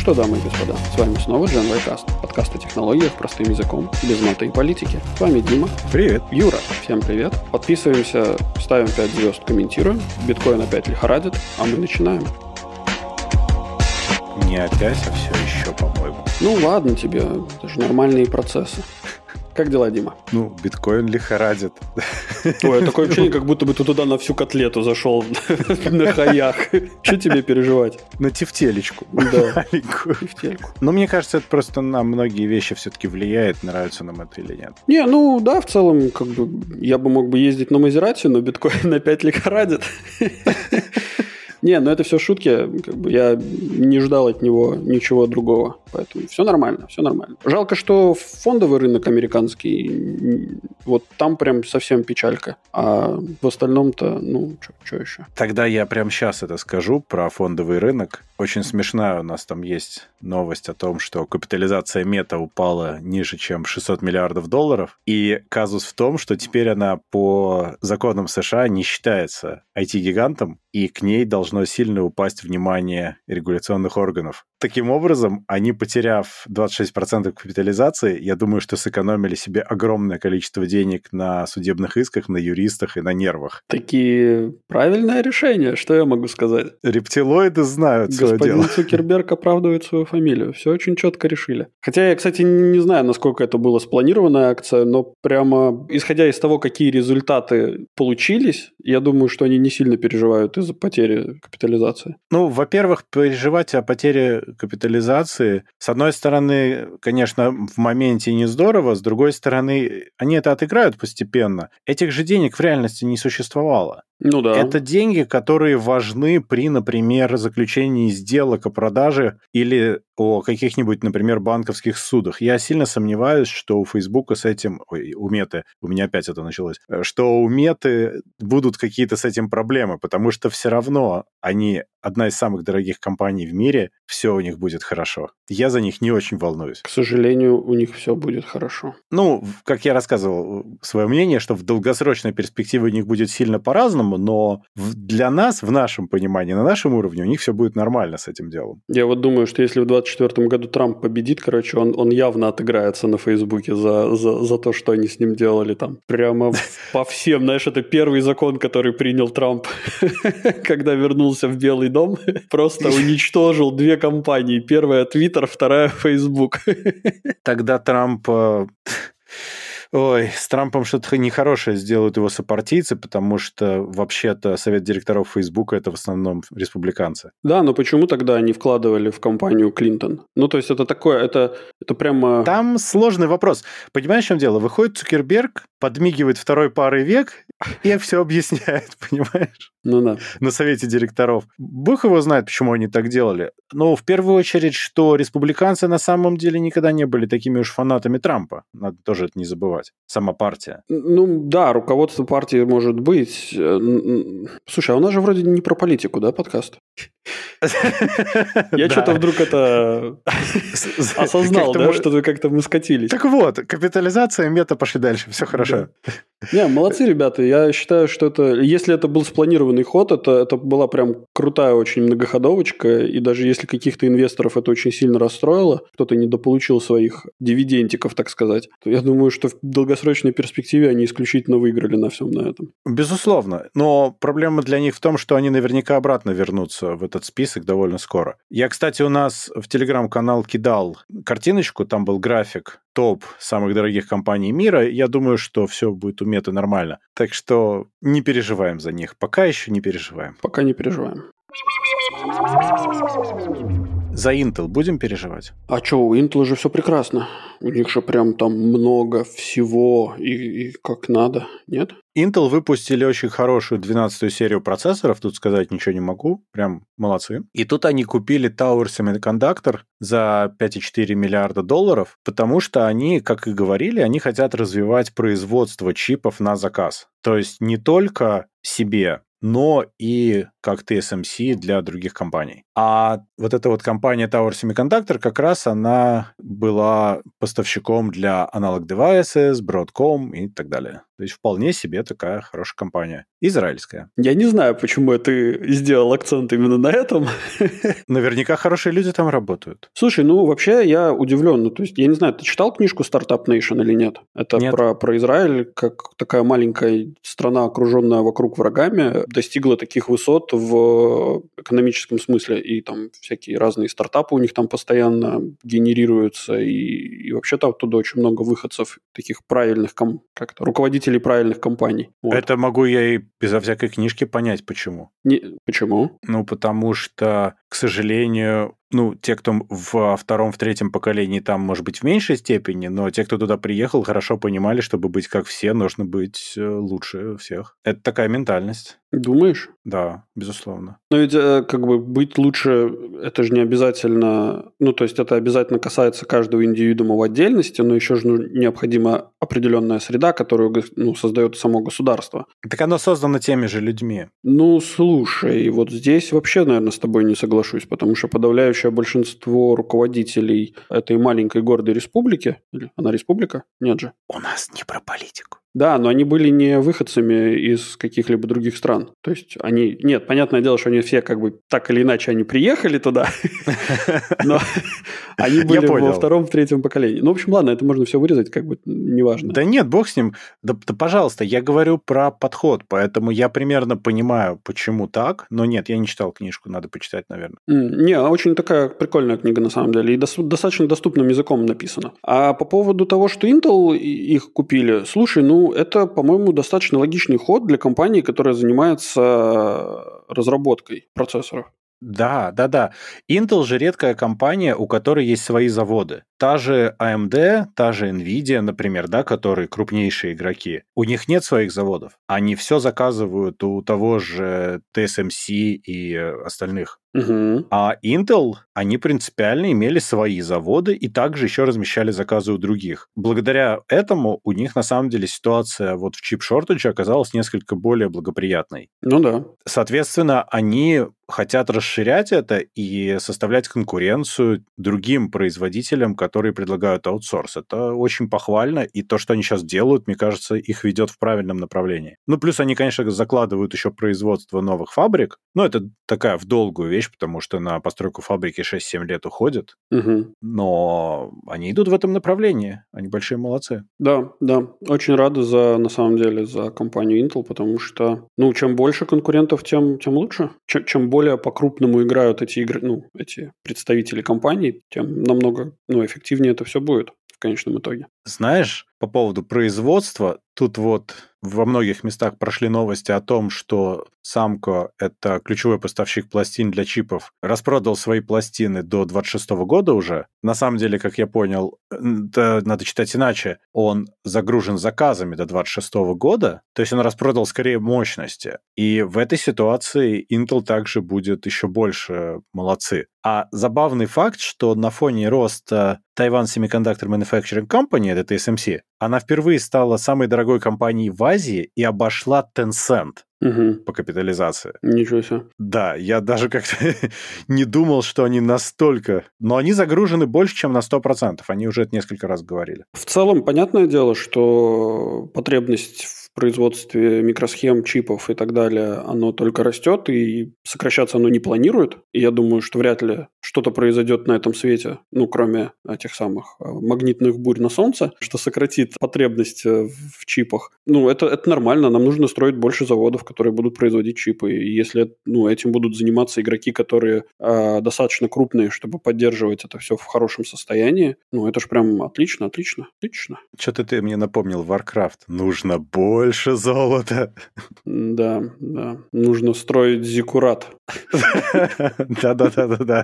что, дамы и господа, с вами снова GenYcast, подкаст о технологиях простым языком, без мата и политики. С вами Дима. Привет. Юра. Всем привет. Подписываемся, ставим 5 звезд, комментируем. Биткоин опять лихорадит, а мы начинаем. Не опять, а все еще, по-моему. Ну ладно тебе, это же нормальные процессы. Как дела, Дима? Ну, биткоин лихорадит. Ой, такое ощущение, как будто бы ты туда на всю котлету зашел на хаях. Что тебе переживать? На тефтелечку. Да, тефтельку. Но мне кажется, это просто на многие вещи все-таки влияет, нравится нам это или нет. Не, ну да, в целом, как бы, я бы мог бы ездить на Мазерати, но биткоин опять лихорадит. Не, ну это все шутки, как бы я не ждал от него ничего другого, поэтому все нормально, все нормально. Жалко, что фондовый рынок американский, вот там прям совсем печалька, а в остальном-то, ну, что еще? Тогда я прямо сейчас это скажу про фондовый рынок. Очень смешная у нас там есть новость о том, что капитализация Мета упала ниже, чем $600 миллиардов, и казус в том, что теперь она по законам США не считается IT-гигантом, и к ней должно сильно упасть внимание регуляционных органов. Таким образом, они, потеряв 26% капитализации, я думаю, что сэкономили себе огромное количество денег на судебных исках, на юристах и на нервах. Такие правильное решение, что я могу сказать? Рептилоиды знают свое дело. Господин Цукерберг оправдывает свою фамилию. Все очень четко решили. Хотя я, кстати, не знаю, насколько это была спланированная акция, но прямо исходя из того, какие результаты получились, я думаю, что они не сильно переживают из-за потери капитализации. Ну, во-первых, переживать о потере капитализации, с одной стороны, конечно, в моменте не здорово, с другой стороны, они это отыграют постепенно. Этих же денег в реальности не существовало. Ну да. Это деньги, которые важны при, например, заключении сделок о продаже или о каких-нибудь, например, банковских судах. Я сильно сомневаюсь, что у Фейсбука с этим... Ой, у Меты, у меня опять это началось. Что у Меты будут какие-то с этим проблемы, потому что все равно они одна из самых дорогих компаний в мире, все у них будет хорошо. Я за них не очень волнуюсь. К сожалению, у них все будет хорошо. Ну, как я рассказывал, свое мнение, что в долгосрочной перспективе у них будет сильно по-разному, но для нас, в нашем понимании, на нашем уровне, у них все будет нормально с этим делом. Я вот думаю, что если в 2024 году Трамп победит, короче, он явно отыграется на Фейсбуке за то, что они с ним делали там. Прямо по всем, знаешь, это первый закон, который принял Трамп, когда вернулся в Белый дом, просто уничтожил две компании. Первая Twitter, вторая Facebook. Тогда Трамп... Ой, с Трампом что-то нехорошее сделают его сопартийцы, потому что вообще-то совет директоров Фейсбука это в основном республиканцы. Да, но почему тогда они вкладывали в компанию Клинтон? Ну, то есть это такое, это прямо... Там сложный вопрос. Понимаешь, в чем дело? Выходит Цукерберг, подмигивает второй парой век и все объясняет, понимаешь? Ну да. На совете директоров. Бог его знает, почему они так делали. Но в первую очередь, что республиканцы на самом деле никогда не были такими уж фанатами Трампа. Надо тоже это не забывать. Сама партия. Ну да, руководство партии может быть. Слушай, а у нас же вроде не про политику, да, подкаст? Я что-то вдруг это осознал, да, что как-то мы скатились. Так вот, капитализация, Мета, пошли дальше, все хорошо. Не, молодцы, ребята. Я считаю, что это, если это был спланированный ход, это была прям крутая очень многоходовочка, и даже если каких-то инвесторов это очень сильно расстроило, кто-то недополучил своих дивидендиков, так сказать, то я думаю, что в долгосрочной перспективе они исключительно выиграли на всем на этом. Безусловно. Но проблема для них в том, что они наверняка обратно вернутся в этот список довольно скоро. Я, кстати, у нас в Телеграм-канал кидал картиночку, там был график топ самых дорогих компаний мира. Я думаю, что все будет у Меты нормально. Так что не переживаем за них. Пока еще не переживаем. Пока не переживаем. За Intel будем переживать? А что, у Intel же все прекрасно. У них же прям там много всего и как надо, нет? Intel выпустили очень хорошую 12-ю серию процессоров, тут сказать ничего не могу, прям молодцы. И тут они купили Tower Semiconductor за $5,4 миллиарда, потому что они, как и говорили, они хотят развивать производство чипов на заказ. То есть не только себе, но и как TSMC для других компаний. А вот эта вот компания Tower Semiconductor как раз она была поставщиком для Analog Devices, Broadcom и так далее. То есть вполне себе такая хорошая компания. Израильская. Я не знаю, почему ты сделал акцент именно на этом. Наверняка хорошие люди там работают. Слушай, вообще я удивлен. То есть я не знаю, ты читал книжку Startup Nation или нет? Это Нет. Про Израиль, как такая маленькая страна, окруженная вокруг врагами, достигла таких высот в экономическом смысле. И там всякие разные стартапы у них там постоянно генерируются. И вообще там оттуда очень много выходцев, таких правильных руководителей правильных компаний. Вот. Это могу я и безо всякой книжки понять, почему. Почему? Потому что, к сожалению, те, кто во втором, в третьем поколении там, может быть, в меньшей степени, но те, кто туда приехал, хорошо понимали, чтобы быть как все, нужно быть лучше всех. Это такая ментальность. Думаешь? Да, безусловно. Но ведь быть лучше, это же не обязательно, то есть это обязательно касается каждого индивидуума в отдельности, но еще же необходима определенная среда, которую создает само государство. Так оно создано теми же людьми. Слушай, вот здесь вообще, наверное, с тобой не соглашусь, потому что подавляющее большинство руководителей этой маленькой гордой республики, она республика? Нет же. У нас не про политику. Да, но они были не выходцами из каких-либо других стран. То есть они... Нет, понятное дело, что они все так или иначе они приехали туда, но они были во втором, в третьем поколении. В общем, ладно, это можно все вырезать, неважно. Да нет, бог с ним. Да, пожалуйста, я говорю про подход, поэтому я примерно понимаю, почему так, но нет, я не читал книжку, надо почитать, наверное. Не, очень такая прикольная книга на самом деле, и достаточно доступным языком написана. А по поводу того, что Intel их купили, слушай, это, по-моему, достаточно логичный ход для компании, которая занимается разработкой процессоров. Да. Intel же редкая компания, у которой есть свои заводы. Та же AMD, та же Nvidia, например, которые крупнейшие игроки, у них нет своих заводов. Они все заказывают у того же TSMC и остальных. Угу. А Intel, они принципиально имели свои заводы и также еще размещали заказы у других. Благодаря этому у них на самом деле ситуация в чип-шортедже оказалась несколько более благоприятной. Да. Соответственно, они хотят расширять это и составлять конкуренцию другим производителям, которые предлагают аутсорс. Это очень похвально, и то, что они сейчас делают, мне кажется, их ведет в правильном направлении. Плюс они, конечно, закладывают еще производство новых фабрик, но это такая в долгую вещь, потому что на постройку фабрики 6-7 лет уходит, но они идут в этом направлении, они большие молодцы. Да, очень рады на самом деле за компанию Intel, потому что, чем больше конкурентов, тем лучше. Чем более по-крупному играют эти представители компаний, тем намного эффективнее это все будет в конечном итоге. Знаешь, по поводу производства, тут во многих местах прошли новости о том, что Samco, это ключевой поставщик пластин для чипов, распродал свои пластины до 2026 года уже. На самом деле, как я понял, надо читать иначе. Он загружен заказами до 2026 года, то есть он распродал скорее мощности. И в этой ситуации Intel также будет еще больше молодцы. А забавный факт, что на фоне роста Taiwan Semiconductor Manufacturing Company, это TSMC, она впервые стала самой дорогой компанией в Азии и обошла Tencent по капитализации. Ничего себе. Да, я даже как-то не думал, что они настолько... Но они загружены больше, чем на 100%. Они уже это несколько раз говорили. В целом, понятное дело, что потребность в производстве микросхем, чипов и так далее, оно только растет, и сокращаться оно не планирует. И я думаю, что вряд ли что-то произойдет на этом свете, кроме этих самых магнитных бурь на Солнце, что сократит потребность в чипах. Это нормально, нам нужно строить больше заводов, которые будут производить чипы. И если этим будут заниматься игроки, которые достаточно крупные, чтобы поддерживать это все в хорошем состоянии, это ж прям отлично. Что-то ты мне напомнил Warcraft. Нужно больше золота. Да. Нужно строить зиккурат. Да.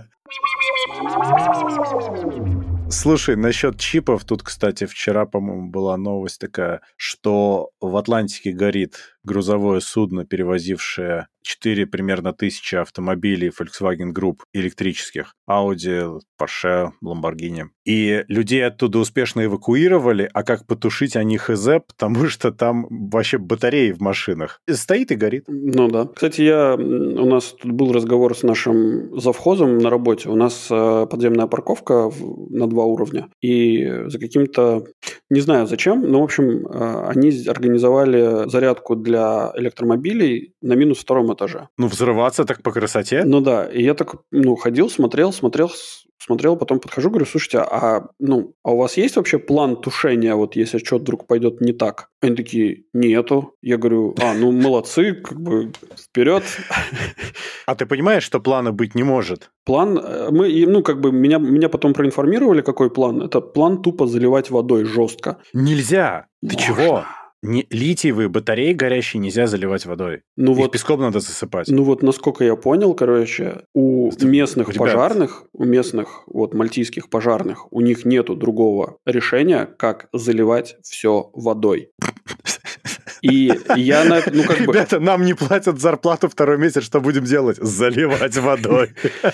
Слушай, насчет чипов, тут, кстати, вчера, по-моему, была новость такая, что в Атлантике горит грузовое судно, перевозившее 4 примерно тысячи автомобилей Volkswagen Group электрических, Audi, Porsche, Lamborghini. И людей оттуда успешно эвакуировали, а как потушить они хз, потому что там вообще батареи в машинах. Стоит и горит. Ну да. Кстати, у нас тут был разговор с нашим завхозом на работе. У нас подземная парковка на 2 уровня. И за каким-то... Не знаю зачем, но, в общем, они организовали зарядку для электромобилей на минус 2 этаже. Ну, взрываться так по красоте? Ну да. И я так, ходил, смотрел, потом подхожу, говорю, слушайте, а у вас есть вообще план тушения, вот если что-то вдруг пойдет не так? Они такие, нету. Я говорю, молодцы, как бы вперед. А ты понимаешь, что плана быть не может? План, меня потом проинформировали, какой план. Это план тупо заливать водой жестко. Нельзя. Ты Можно. чего? Литиевые батареи горящие нельзя заливать водой. Их песком надо засыпать. Насколько я понял, у местных пожарных, у местных мальтийских пожарных, у них нету другого решения, как заливать все водой. И я Ребята, нам не платят зарплату 2-й месяц, что будем делать? Заливать водой.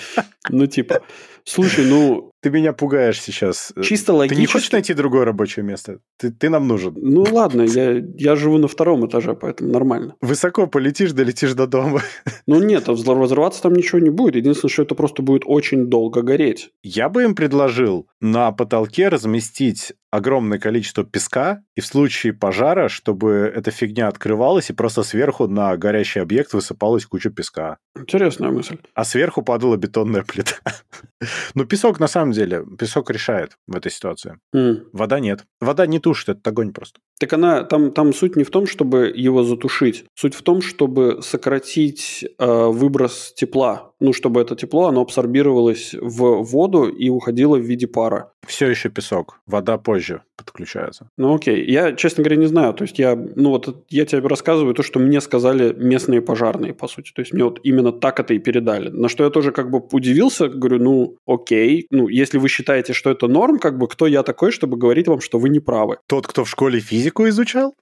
Слушай, Ты меня пугаешь сейчас. Чисто логически... Ты не хочешь найти другое рабочее место? Ты нам нужен. Ладно, я живу на 2-м этаже, поэтому нормально. Высоко полетишь, долетишь до дома. Нет, взорваться там ничего не будет. Единственное, что это просто будет очень долго гореть. Я бы им предложил на потолке разместить огромное количество песка, и в случае пожара, чтобы эта фигня открывалась, и просто сверху на горящий объект высыпалась куча песка. Интересная мысль. А сверху падала бетонная плита. Песок, на самом деле, песок решает в этой ситуации. Вода нет. Вода не тушит, это огонь просто. Так там суть не в том, чтобы его затушить. Суть в том, чтобы сократить выброс тепла. Чтобы это тепло, оно абсорбировалось в воду и уходило в виде пара. Все еще песок. Вода позже подключается. Окей. Я, честно говоря, не знаю. То есть я тебе рассказываю то, что мне сказали местные пожарные, по сути. То есть мне именно так это и передали. На что я тоже удивился. Говорю, окей. Если вы считаете, что это норм, кто я такой, чтобы говорить вам, что вы не правы? Тот, кто в школе физику изучал?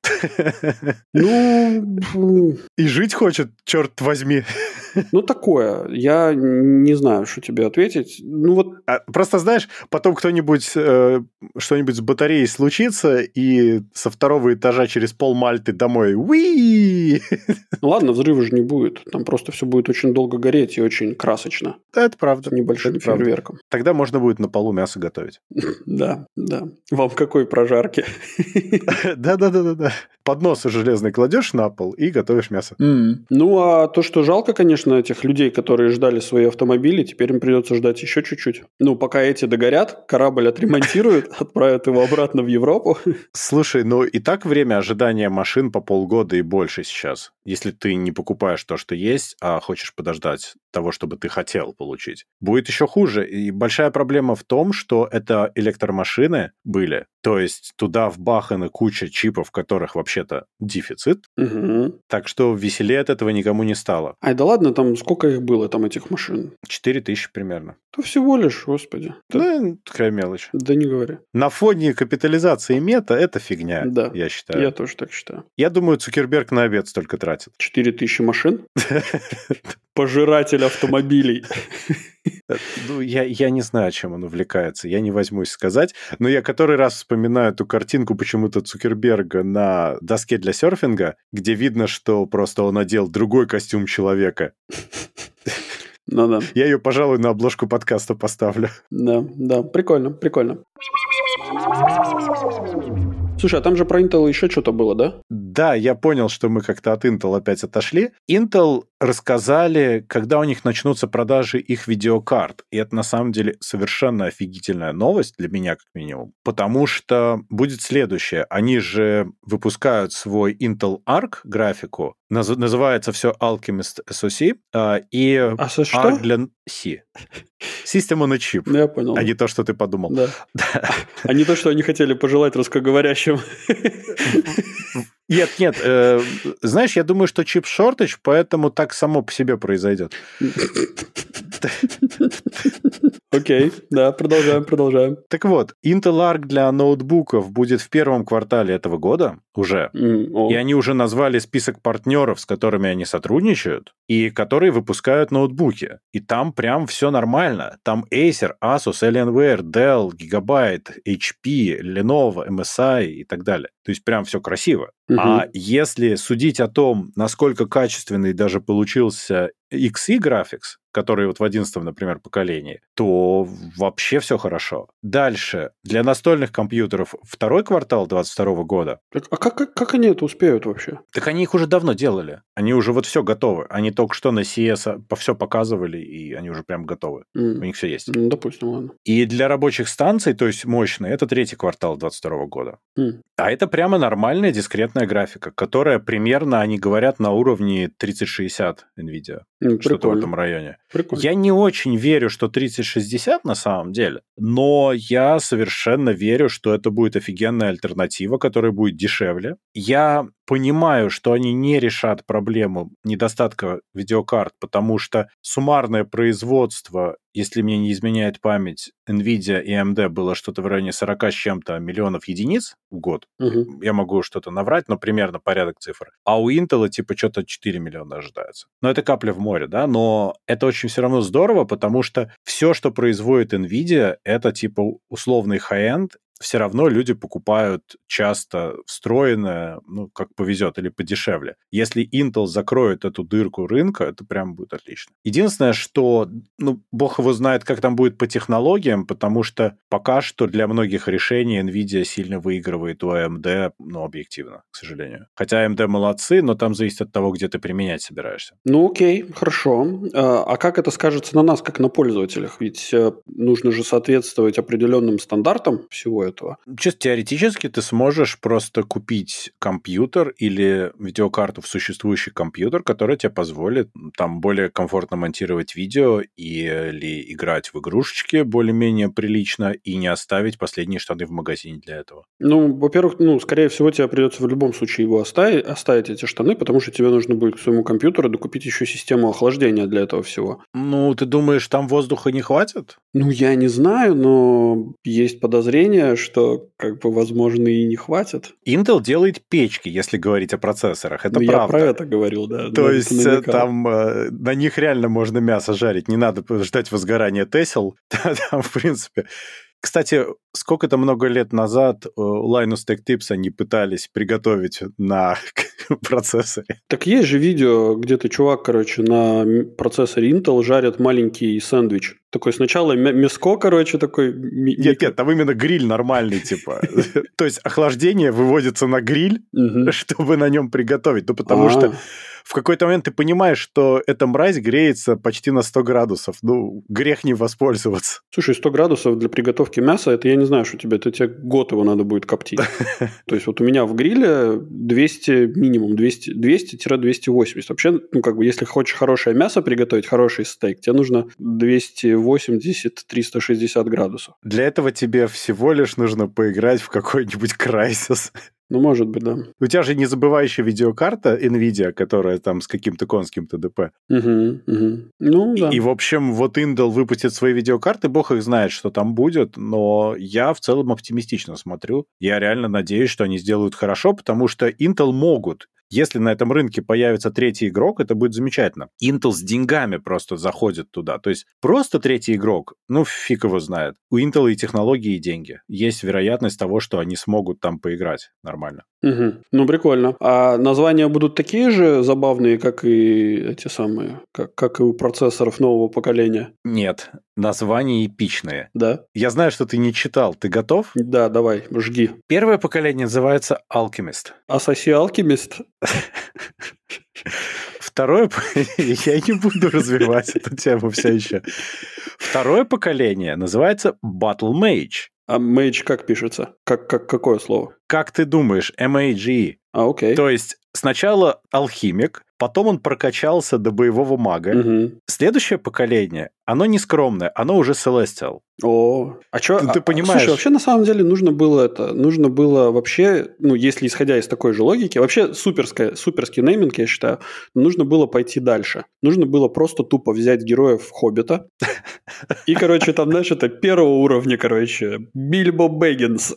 И жить хочет, черт возьми. Такое. Я не знаю, что тебе ответить. Просто, знаешь, потом что-нибудь с батареей случится, и со 2-го этажа через полмальты домой. Уи! Ладно, взрыва же не будет. Там просто все будет очень долго гореть и очень красочно. Это правда. С небольшим фейерверком. Тогда можно будет на полу мясо готовить. Да. Вам какой прожарки? Да. Поднос железный кладешь на пол и готовишь мясо. А то, что жалко, конечно, этих людей, которые ждали свои автомобили, теперь им придется ждать еще чуть-чуть. Пока эти догорят, корабль отремонтируют, отправят его обратно в Европу. Слушай, и так время ожидания машин по полгода и больше сейчас. Если ты не покупаешь то, что есть, а хочешь подождать того, чтобы ты хотел получить. Будет еще хуже. И большая проблема в том, что это электромашины были. То есть туда вбахана куча чипов, которых вообще-то дефицит. Угу. Так что веселее от этого никому не стало. Да ладно, там сколько их было, этих машин? 4000 примерно. То всего лишь, господи. Такая мелочь. Да не говори. На фоне капитализации мета это фигня, да, я считаю. Я тоже так считаю. Я думаю, Цукерберг на обед столько тратит. 4000 машин? Пожиратель автомобилей. Я не знаю, чем он увлекается, я не возьмусь сказать, но я который раз вспоминаю эту картинку почему-то Цукерберга на доске для серфинга, где видно, что просто он одел другой костюм человека. Да. Я ее, пожалуй, на обложку подкаста поставлю. Да, прикольно. Слушай, а там же про Intel еще что-то было, да? Да, я понял, что мы как-то от Intel опять отошли. Intel рассказали, когда у них начнутся продажи их видеокарт. И это, на самом деле, совершенно офигительная новость для меня, как минимум. Потому что будет следующее. Они же выпускают свой Intel Arc графику. Называется все Alchemist SoC. И Arc для C. System on a chip. Я понял. А не то, что ты подумал. Да. А не то, что они хотели пожелать русскоговорящим. Нет. Знаешь, я думаю, что чип-шортаж, поэтому так само по себе произойдет. Окей, да, продолжаем. Так вот, Intel Arc для ноутбуков будет в первом квартале этого года уже. И они уже назвали список партнеров, с которыми они сотрудничают, и которые выпускают ноутбуки. И там прям все нормально. Там Acer, Asus, Alienware, Dell, Gigabyte, HP, Lenovo, MSI и так далее. То есть прям все красиво. А если судить о том, насколько качественный даже получился XE Graphics, который вот в 11-м, например, поколении, то вообще все хорошо. Дальше. Для настольных компьютеров второй квартал 2022 года. А как они это успеют вообще? Так они их уже давно делали. Они уже вот все готовы. Они только что на CES все показывали, и они уже прям готовы. У них все есть. Ну, допустим, ладно. И для рабочих станций, то есть мощные, это третий квартал 2022 года. А это прямо нормальная дискретная графика, которая примерно, они говорят, на уровне 3060 NVIDIA. Что-то в этом районе. Прикольно. Я не очень верю, что 3060 на самом деле, но я совершенно верю, что это будет офигенная альтернатива, которая будет дешевле. Я понимаю, что они не решат проблему недостатка видеокарт, потому что суммарное производство, если мне не изменяет память, NVIDIA и AMD было что-то в районе 40 с чем-то миллионов единиц в год. Я могу что-то наврать, но примерно порядок цифр. А у Intel типа что-то 4 миллиона ожидается. Но это капля в море, да? Но это очень все равно здорово, потому что все, что производит NVIDIA, это типа условный high-end, все равно люди покупают часто встроенное, ну, как повезет, или подешевле. Если Intel закроет эту дырку рынка, это прям будет отлично. Единственное, что, ну, бог его знает, как там будет по технологиям, потому что пока что для многих решений NVIDIA сильно выигрывает у AMD, ну, объективно, к сожалению. Хотя AMD молодцы, но там зависит от того, где ты применять собираешься. Ну, окей, хорошо. А как это скажется на нас, как на пользователях? Ведь нужно же соответствовать определенным стандартам всего этого. Чисто теоретически ты сможешь просто купить компьютер или видеокарту в существующий компьютер, который тебе позволит там более комфортно монтировать видео или играть в игрушечки более-менее прилично и не оставить последние штаны в магазине для этого. Ну, во-первых, скорее всего, тебе придется в любом случае его оставить эти штаны, потому что тебе нужно будет к своему компьютеру докупить еще систему охлаждения для этого всего. Ну, ты думаешь, там воздуха не хватит? Ну, я не знаю, но есть подозрение, что, возможно, и не хватит. Intel делает печки, если говорить о процессорах. Это правда. Я про это говорил, да. То есть там на них реально можно мясо жарить. Не надо ждать возгорания Тесел. Там, в принципе... Кстати, сколько-то много лет назад Linus Tech Tips они пытались приготовить на процессоре. Так есть же видео, где чувак, на процессоре Intel жарит маленький сэндвич. Такой сначала мяско, такой... Нет, там именно гриль нормальный, типа. То есть охлаждение выводится на гриль, чтобы на нем приготовить. Ну, потому что в какой-то момент ты понимаешь, что эта мразь греется почти на 100 градусов. Ну, грех не воспользоваться. Слушай, 100 градусов для приготовки мяса, это я не знаю, что тебе, это тебе год его надо будет коптить. То есть вот у меня в гриле 200 минимум, 200-280. Вообще, если хочешь хорошее мясо приготовить, хороший стейк, тебе нужно 280-360 градусов. Для этого тебе всего лишь нужно поиграть в какой-нибудь Crysis. Ну, может быть, да. У тебя же незабывающая видеокарта NVIDIA, которая там с каким-то конским ТДП. Ну, да. И, в общем, вот Intel выпустит свои видеокарты, бог их знает, что там будет, но я в целом оптимистично смотрю. Я реально надеюсь, что они сделают хорошо, потому что Intel могут. Если на этом рынке появится третий игрок, это будет замечательно. Intel с деньгами просто заходит туда. То есть просто третий игрок, ну, фиг его знает. У Intel и технологии, и деньги. Есть вероятность того, что они смогут там поиграть нормально. Ну, прикольно. А названия будут такие же забавные, как и эти самые, как и у процессоров нового поколения? Нет, названия эпичные. Да? Я знаю, что ты не читал. Ты готов? Да, давай, жги. Первое поколение называется Alchemist. Асаси Alchemist? Второе... Я не буду развивать эту тему все еще. Второе поколение называется Battle Mage. А Mage как пишется? Какое слово? Как ты думаешь? M-A-G-E. Окей. То есть сначала алхимик, потом он прокачался до боевого мага. Следующее поколение оно не скромное, оно уже Celestial. А что? Ты понимаешь? Слушай, вообще на самом деле нужно было вообще, если исходя из такой же логики, вообще суперский нейминг, я считаю, нужно было пойти дальше. Нужно было просто тупо взять героев Хоббита и, там, знаешь, это первого уровня, Бильбо Бэггинс.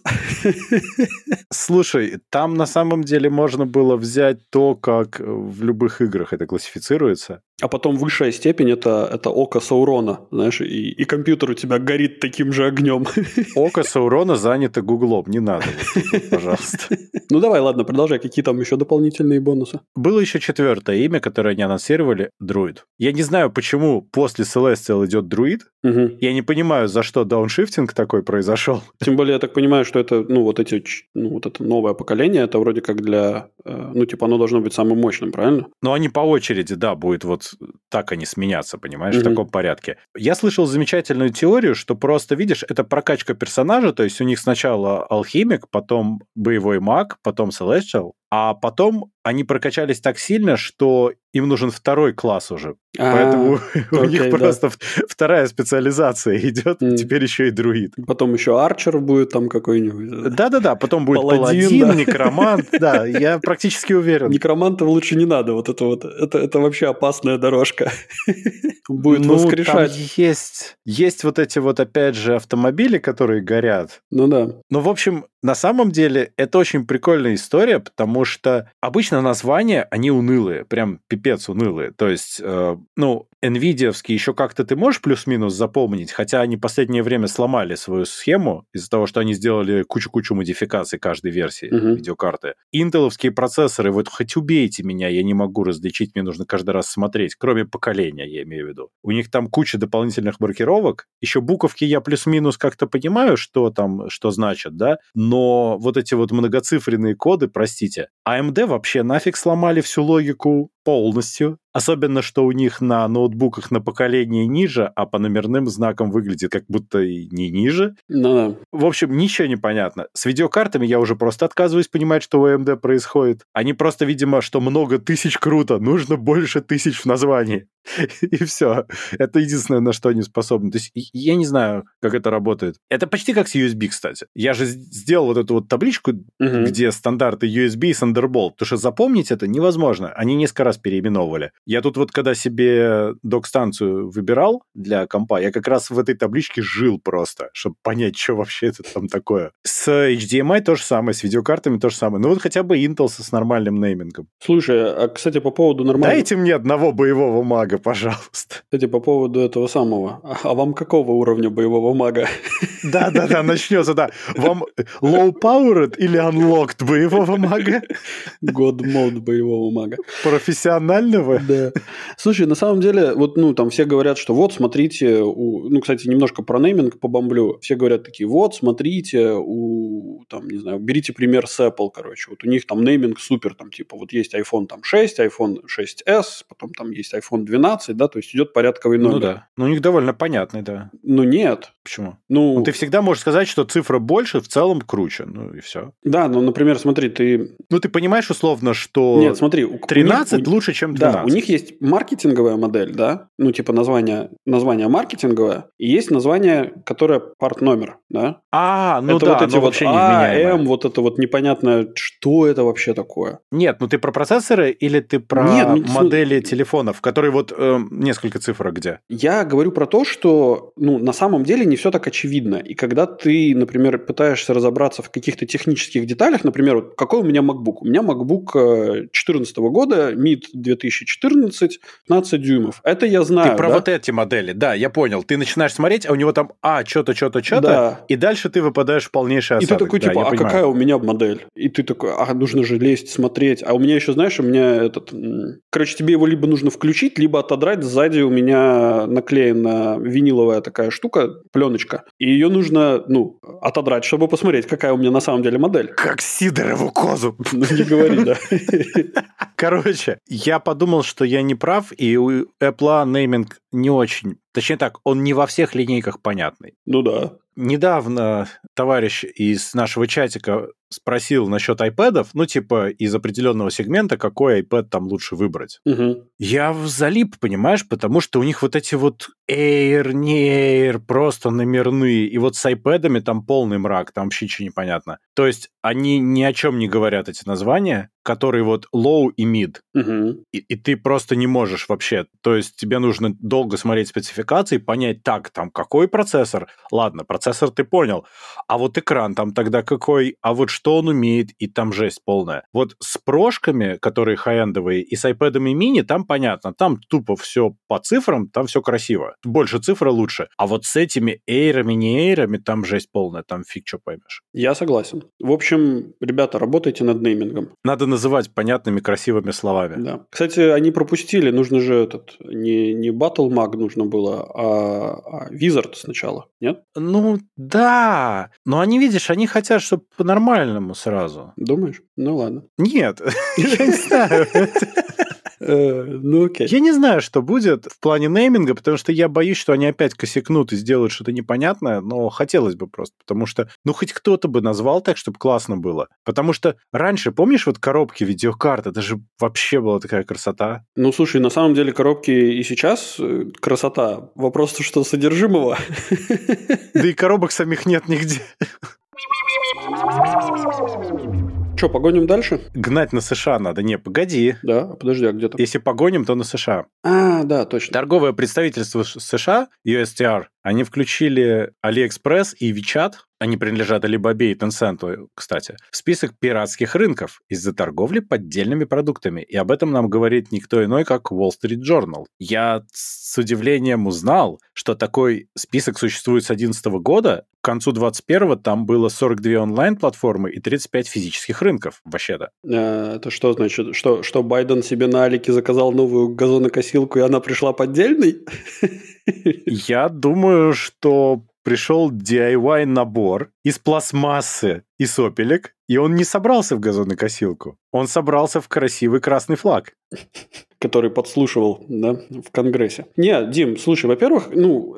Слушай, там на самом деле можно было взять то, как в любых играх это классифицируется. А потом высшая степень это око Саурона, знаешь, и компьютер у тебя горит таким же огнем. Око Саурона занято Гуглом, не надо, пожалуйста. Ну давай, ладно, продолжай. Какие там еще дополнительные бонусы? Было еще 4-е имя, которое они анонсировали, Друид. Я не знаю, почему после Celestial идет Друид. Угу. Я не понимаю, за что дауншифтинг такой произошел. Тем более, я так понимаю, что это, это новое поколение, это вроде как для, оно должно быть самым мощным, правильно? Но они по очереди, да, будет вот так они сменяться, понимаешь, в таком порядке. Я слышал замечательную теорию, что просто, видишь, это прокачка персонажа, то есть у них сначала алхимик, потом боевой маг, потом Celestial, а потом они прокачались так сильно, что им нужен второй класс уже. Поэтому у них просто вторая специализация идет, теперь еще и друид. Потом еще арчер будет там какой-нибудь. Да-да-да, потом будет паладин, некромант, да, я практически уверен. Некромантов лучше не надо, это вообще опасная дорожка. Будет воскрешать. Там есть вот эти вот, опять же, автомобили, которые горят. Ну да. Ну, в общем, на самом деле, это очень прикольная история, потому что обычно названия, они унылые, прям пипец унылые. То есть, NVIDIA-вские еще как-то ты можешь плюс-минус запомнить, хотя они в последнее время сломали свою схему из-за того, что они сделали кучу-кучу модификаций каждой версии видеокарты. Интеловские процессоры, вот хоть убейте меня, я не могу различить, мне нужно каждый раз смотреть, кроме поколения, я имею в виду. У них там куча дополнительных маркировок, еще буковки я плюс-минус как-то понимаю, что там, что значит, да, но вот эти вот многоцифренные коды, простите, AMD вообще нафиг сломали всю логику полностью. Особенно, что у них на ноутбуках на поколение ниже, а по номерным знакам выглядит как будто и не ниже. Да. В общем, ничего не понятно. С видеокартами я уже просто отказываюсь понимать, что у AMD происходит. Они просто, видимо, что много тысяч круто, нужно больше тысяч в названии. И все. Это единственное, на что они способны. То есть я не знаю, как это работает. Это почти как с USB, кстати. Я же сделал вот эту вот табличку, где стандарты USB и Thunderbolt, потому что запомнить это невозможно. Они несколько раз переименовывали. Я тут вот, когда себе док-станцию выбирал для компа, я как раз в этой табличке жил просто, чтобы понять, что вообще это там такое. С HDMI то же самое, с видеокартами то же самое. Ну вот хотя бы Intel с нормальным неймингом. Слушай, а, кстати, по поводу нормального... Дайте мне одного боевого мага, пожалуйста. Кстати, по поводу этого самого. А вам какого уровня боевого мага? Да-да-да, начнется, да. Вам low-powered или unlocked боевого мага? God mode боевого мага. Профессионального? Да. Слушай, на самом деле, вот, там все говорят, что вот, смотрите, кстати, немножко про нейминг побомблю. Все говорят такие, вот, смотрите, не знаю, берите пример с Apple, короче. Вот у них там нейминг супер, там, типа, вот есть iPhone там 6, iPhone 6s, потом там есть iPhone 12, да, то есть идет порядковый номер. Ну да, у них довольно понятный, да. Ну нет. Почему? Ты всегда можешь сказать, что цифра больше, в целом круче, и все. Да, например, смотри, ты... ты понимаешь условно, что... Нет, смотри, 13 лучше, чем 12. Да, у них есть маркетинговая модель, да, название маркетинговое, и есть название, которое парт-номер, да. Это вот эти вот вообще невменяемое. вот это вот непонятное, что это вообще такое. Нет, ты про процессоры или ты про модели телефонов, которые вот несколько цифр где? Я говорю про то, что, на самом деле не все так очевидно. И когда ты, например, пытаешься разобраться в каких-то технических деталях, например, вот какой у меня MacBook? У меня MacBook 2014 года, MID 2014, 15 дюймов. Это я знаю. Ты про вот эти модели, да, я понял. Ты начинаешь смотреть, а у него там что-то, да. и дальше ты выпадаешь в полнейший осадок. И ты такой, типа, какая у меня модель? И ты такой, нужно же лезть, смотреть. А у меня еще, знаешь, короче, тебе его либо нужно включить, либо отодрать. Сзади у меня наклеена виниловая такая штука, пленочка. И ее нужно, отодрать, чтобы посмотреть, какая у меня на самом деле модель. Как Сидорову козу. Не говори, да. Короче, я подумал, что я не прав, и у Apple нейминг не очень Точнее так, он не во всех линейках понятный. Ну да. Недавно товарищ из нашего чатика спросил насчет iPad'ов, ну, типа, из определенного сегмента, какой iPad там лучше выбрать. Угу. Я залип, понимаешь, потому что у них вот эти вот Air, не Air, просто номерные, и вот с iPad'ами там полный мрак, там вообще ничего не понятно. То есть они ни о чем не говорят, эти названия, которые вот low и mid. Угу. И ты просто не можешь вообще. То есть тебе нужно долго смотреть спецификации, понять, так, там какой процессор. Ладно, процессор ты понял. А вот экран там тогда какой, а вот что он умеет, и там жесть полная. Вот с прошками, которые хай-эндовые, и с iPad'ами mini, там понятно. Там тупо все по цифрам, там все красиво. Больше цифры лучше. А вот с этими эйрами, не эйрами, там жесть полная, там фиг что поймешь. Я согласен. В общем, ребята, работайте над неймингом. Надо называть понятными, красивыми словами. Да. Кстати, они пропустили, нужно же не Battle Mag нужно было, а Wizard сначала, нет? Ну, да. Но они, видишь, они хотят, чтобы по-нормальному сразу. Думаешь? Ну ладно. Нет, я не знаю. Ну окей. Я не знаю, что будет в плане нейминга, потому что я боюсь, что они опять косякнут и сделают что-то непонятное, но хотелось бы просто, потому что, ну, хоть кто-то бы назвал так, чтобы классно было. Потому что раньше, помнишь, вот коробки видеокарт, это же вообще была такая красота. Ну, слушай, на самом деле коробки и сейчас красота. Вопрос, что содержимого. Да и коробок самих нет нигде. Что, погоним дальше? Гнать на США надо. Не, погоди. Да, подожди, а где там? Если погоним, то на США. А, да, точно. Торговое представительство США, USTR, они включили AliExpress и WeChat, они принадлежат Alibaba и Tencent, кстати, в список пиратских рынков из-за торговли поддельными продуктами. И об этом нам говорит никто иной, как Wall Street Journal. Я с удивлением узнал, что такой список существует с 2011 года. К концу 2021 там было 42 онлайн-платформы и 35 физических рынков, вообще-то. Это что значит? Что Байден себе на Алике заказал новую газонокосилку, и она пришла поддельной? Я думаю, что пришел DIY-набор из пластмассы и сопелек, и он не собрался в газонокосилку. Он собрался в красивый красный флаг. Который подслушивал, да, в Конгрессе. Не, Дим, слушай, во-первых,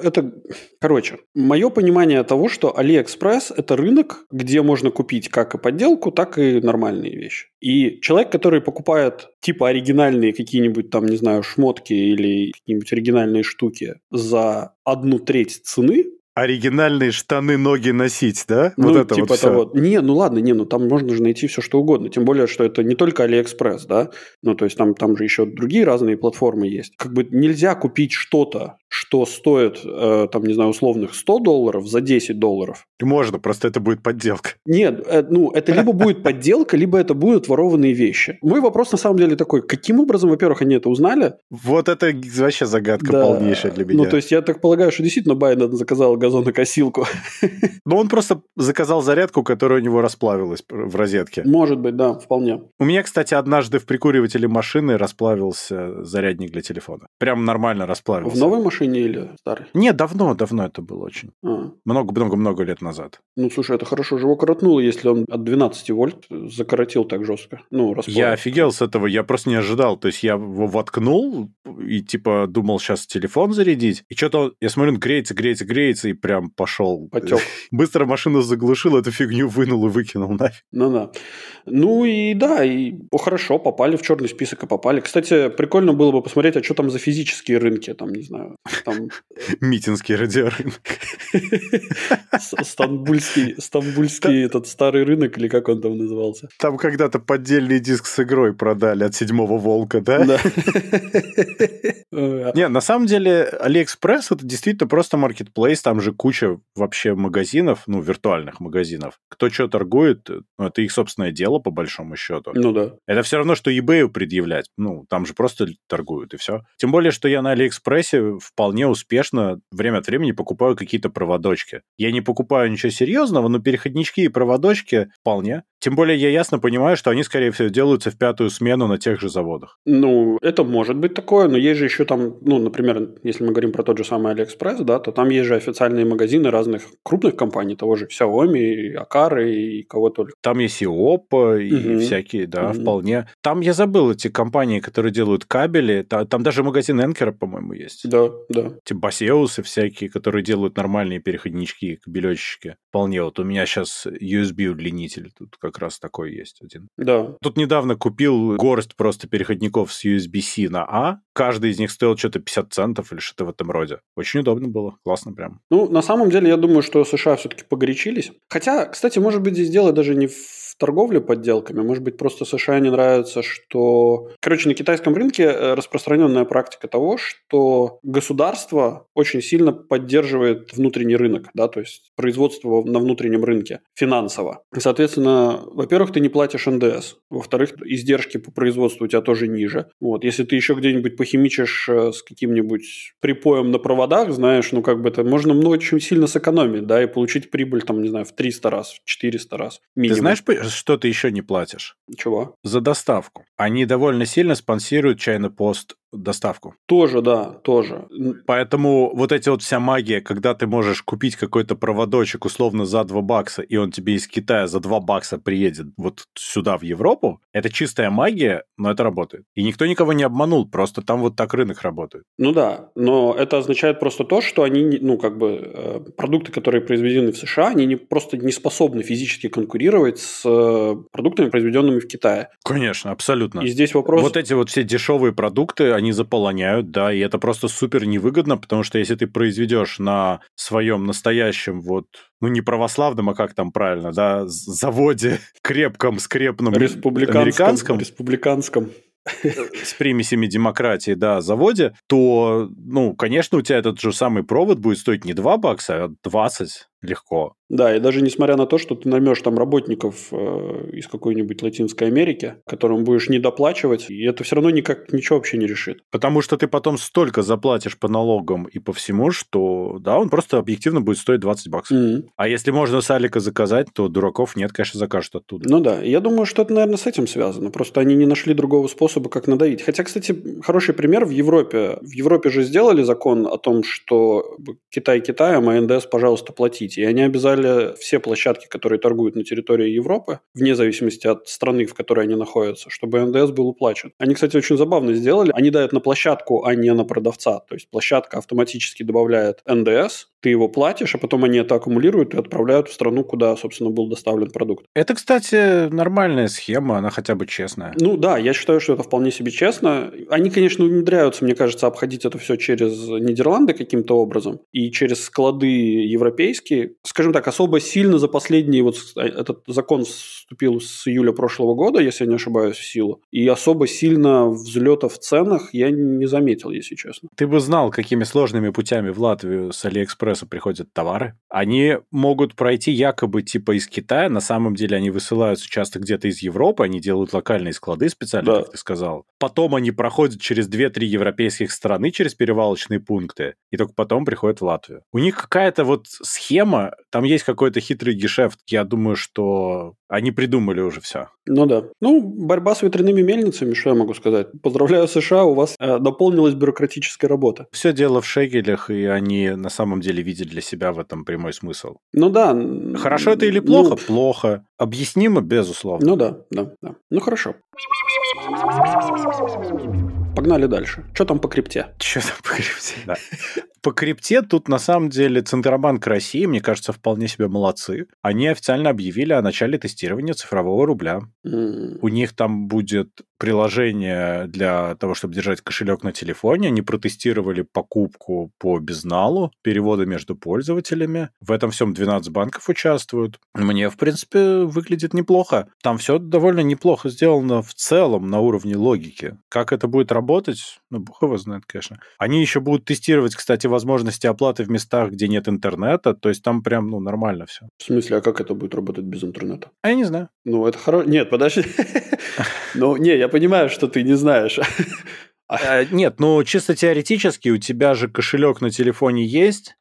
мое понимание того, что AliExpress – это рынок, где можно купить как и подделку, так и нормальные вещи. И человек, который покупает типа оригинальные какие-нибудь там, не знаю, шмотки или какие-нибудь оригинальные штуки за 1/3 цены, оригинальные штаны ноги носить, да? Ну, вот это типа вот того. Не, ну ладно, там можно же найти все, что угодно. Тем более, что это не только AliExpress, да? Ну, то есть там же еще другие разные платформы есть. Как бы нельзя купить что-то, что стоит, там, не знаю, условных $100 за $10. Можно, просто это будет подделка. Нет, это либо будет подделка, либо это будут ворованные вещи. Мой вопрос на самом деле такой, каким образом, во-первых, они это узнали? Вот это вообще загадка полнейшая для меня. Ну, то есть я так полагаю, что действительно Байден заказал газонокосилку. Ну, он просто заказал зарядку, которая у него расплавилась в розетке. Может быть, да, вполне. У меня, кстати, однажды в прикуривателе машины расплавился зарядник для телефона. Прям нормально расплавился. В новой машине или старой? Не, давно это было очень. Много-много-много лет назад. Ну, слушай, это хорошо же его коротнуло, если он от 12 вольт закоротил так жестко. Ну, расплавил. Я офигел с этого, я просто не ожидал. То есть я его воткнул и типа думал сейчас телефон зарядить. И что-то, я смотрю, он греется и прям пошел. Потек. Быстро машину заглушил, эту фигню вынул и выкинул нафиг. Ну-да. Ну и да, хорошо, попали в черный список и попали. Кстати, прикольно было бы посмотреть, а что там за физические рынки, там, не знаю, там... Митинский радиорынок. Стамбульский этот старый рынок, или как он там назывался? Там когда-то поддельный диск с игрой продали от «Седьмого волка», да? Да. Не, на самом деле AliExpress это действительно просто маркетплейс, там же куча вообще магазинов, ну, виртуальных магазинов. Кто что торгует, это их собственное дело, по большому счету. Ну да. Это все равно, что eBay предъявлять. Ну, там же просто торгуют, и все. Тем более, что я на AliExpress вполне успешно время от времени покупаю какие-то проводочки. Я не покупаю ничего серьезного, но переходнички и проводочки вполне. Тем более, я ясно понимаю, что они, скорее всего, делаются в 5-ю смену на тех же заводах. Ну, это может быть такое, но есть же еще там, ну, например, если мы говорим про тот же самый AliExpress, да, то там есть же официальные магазины разных крупных компаний, того же Xiaomi, и Akara, и кого только. Там есть и Oppo, и всякие, да, вполне. Там я забыл эти компании, которые делают кабели, там даже магазин Энкера, по-моему, есть. Да. да. Басеусы всякие, которые делают нормальные переходнички, кабелечки. Вполне. Вот у меня сейчас USB-удлинитель, тут как раз такой есть один. Да. Тут недавно купил горсть просто переходников с USB-C на A. Каждый из них стоил что-то 50 центов или что-то в этом роде. Очень удобно было. Классно прям. Ну, на самом деле, я думаю, что США все-таки погорячились. Хотя, кстати, может быть, здесь дело даже не в торговле подделками. Может быть, просто США не нравится, что... Короче, на китайском рынке распространенная практика того, что государство очень сильно поддерживает внутренний рынок, да, то есть производство на внутреннем рынке финансово. И, соответственно, во-первых, ты не платишь НДС. Во-вторых, издержки по производству у тебя тоже ниже. Вот. Если ты еще где-нибудь похимичишь с каким-нибудь припоем на проводах, знаешь, ну, как бы это можно очень сильно сэкономить, да, и получить прибыль, там, не знаю, в 300 раз, в 400 раз минимум. Ты знаешь, что ты еще не платишь? Чего? За доставку. Они довольно сильно спонсируют China Post доставку. Тоже, да, тоже. Поэтому вот эти вот вся магия, когда ты можешь купить какой-то проводочек условно за $2, и он тебе из Китая за $2 приедет вот сюда, в Европу, это чистая магия, но это работает. И никто никого не обманул, просто там вот так рынок работает. Ну да, но это означает просто то, что они, ну как бы, продукты, которые произведены в США, они просто не способны физически конкурировать с продуктами, произведенными в Китае. Конечно, абсолютно. И здесь вопрос... Вот эти вот все дешевые продукты, они заполоняют, да, и это просто супер невыгодно, потому что если ты произведешь на своем настоящем вот, ну не православном, а как там правильно, да, заводе крепком, скрепном, американском, республиканском, с примесями демократии, да, заводе, то, ну, конечно, у тебя этот же самый провод будет стоить не $2, а 20 легко. Да, и даже несмотря на то, что ты наймешь там работников из какой-нибудь Латинской Америки, которым будешь недоплачивать, и это все равно ничего вообще не решит. Потому что ты потом столько заплатишь по налогам и по всему, что, да, он просто объективно будет стоить $20. Mm-hmm. А если можно с Алика заказать, то дураков нет, конечно, закажут оттуда. Ну да, я думаю, что это, наверное, с этим связано. Просто они не нашли другого способа, как надавить. Хотя, кстати, хороший пример в Европе. В Европе же сделали закон о том, что Китай Китаем, а НДС, пожалуйста, платите. И они обязали все площадки, которые торгуют на территории Европы, вне зависимости от страны, в которой они находятся, чтобы НДС был уплачен. Они, кстати, очень забавно сделали. Они дают на площадку, а не на продавца. То есть площадка автоматически добавляет НДС, ты его платишь, а потом они это аккумулируют и отправляют в страну, куда, собственно, был доставлен продукт. Это, кстати, нормальная схема, она хотя бы честная. Ну да, я считаю, что это вполне себе честно. Они, конечно, умудряются, мне кажется, обходить это все через Нидерланды каким-то образом и через склады европейские. Скажем так, особо сильно за последний, вот этот закон вступил с июля прошлого года, если я не ошибаюсь, в силу, и особо сильно взлета в ценах я не заметил, если честно. Ты бы знал, какими сложными путями в Латвию с Алиэкспресса приходят товары. Они могут пройти якобы типа из Китая, на самом деле они высылаются часто где-то из Европы, они делают локальные склады специально, да, как ты сказал. Потом они проходят через 2-3 европейских страны, через перевалочные пункты, и только потом приходят в Латвию. У них какая-то вот схема, там есть какой-то хитрый гешефт, я думаю, что они придумали уже все. Ну да. Ну, борьба с ветряными мельницами, что я могу сказать? Поздравляю, США, у вас дополнилась бюрократическая работа. Все дело в шекелях, и они на самом деле видят для себя в этом прямой смысл. Ну да. Хорошо это или плохо? Ну, плохо. Объяснимо, безусловно. Ну да. Ну хорошо. Погнали дальше. Что там по крипте? Что там по крипте? Да. По крипте тут, на самом деле, Центробанк России, мне кажется, вполне себе молодцы. Они официально объявили о начале тестирования цифрового рубля. У них там будет приложение для того, чтобы держать кошелек на телефоне. Они протестировали покупку по безналу, переводы между пользователями. В этом всем 12 банков участвуют. Мне, в принципе, выглядит неплохо. Там все довольно неплохо сделано в целом на уровне логики. Как это будет работать? Ну, бог его знает, конечно. Они еще будут тестировать, кстати, возможности оплаты в местах, где нет интернета. То есть там прям, ну, нормально все. В смысле, а как это будет работать без интернета? А я не знаю. Ну, это хорошо. Нет, подожди. Ну, не, я понимаю, что ты не знаешь. Нет, ну чисто теоретически у тебя же кошелек на телефоне есть,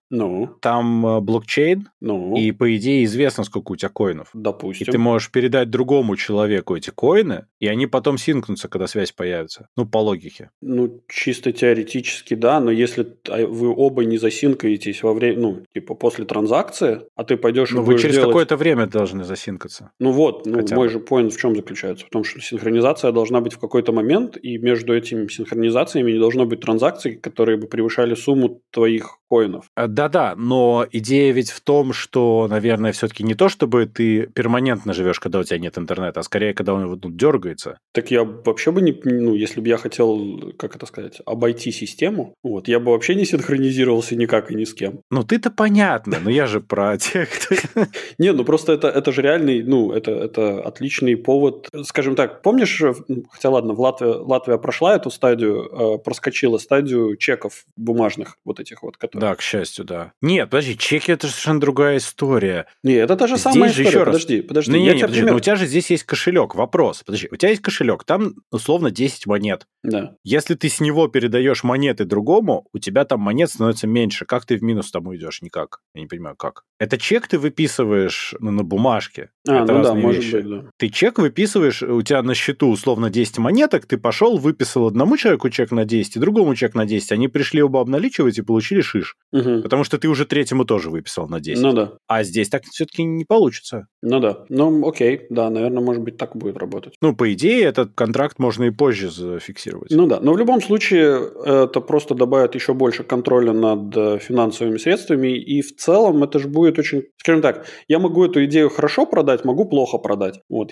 Ну, Там блокчейн, ну, и, по идее, известно, сколько у тебя коинов. И допустим. ты можешь передать другому человеку эти коины, и они потом синкнутся, когда связь появится. Ну, по логике. Ну, чисто теоретически, да, но если вы оба не засинкаетесь во время, ну, типа после транзакции, а ты пойдешь и Ну, вы будешь через делать... какое-то время должны засинкаться. Ну вот, Хотя мой бы. же поинт в чем заключается? В том, что синхронизация должна быть в какой-то момент, и между этими синхронизациями не должно быть транзакций, которые бы превышали сумму твоих коинов. Да-да, но идея ведь в том, что, наверное, все-таки не то, чтобы ты перманентно живешь, когда у тебя нет интернета, а скорее, когда он вот тут дергается. Так я вообще бы не, ну, если бы я хотел, как это сказать, обойти систему, вот, я бы вообще не синхронизировался никак и ни с кем. Ну, ты-то понятно, но я же про тех, кто... Не, ну просто это же реальный, ну, это отличный повод. Скажем так, помнишь, хотя ладно, Латвия прошла эту стадию, проскочила стадию чеков бумажных, вот этих вот, которые... Да, к счастью, да. Нет, подожди, чеки – это совершенно другая история. Не, это та же Здесь самая же история. еще раз. Подожди. Не, Я не, тебе подожди, пример... но у тебя же здесь есть кошелек. Вопрос. Подожди, у тебя есть кошелек, там условно 10 монет. Да. Если ты с него передаешь монеты другому, у тебя там монет становится меньше. Как ты в минус там уйдешь? Никак. Я не понимаю, как. Это чек ты выписываешь на бумажке. Это ну да, разные может вещи. быть, да. Ты чек выписываешь, у тебя на счету условно 10 монеток, ты пошел, выписал одному человеку чек на 10 и другому чек на 10. Они пришли оба обналичивать и получили шиш. Угу. Потому что ты уже третьему тоже выписал на 10. Ну да. А здесь так все-таки не получится. Ну да. Ну окей, да, наверное, может быть, так будет работать. Ну, по идее, этот контракт можно и позже зафиксировать. Ну да, но в любом случае это просто добавит еще больше контроля над финансовыми средствами, и в целом это же будет очень, скажем так, я могу эту идею хорошо продать, могу плохо продать. Вот,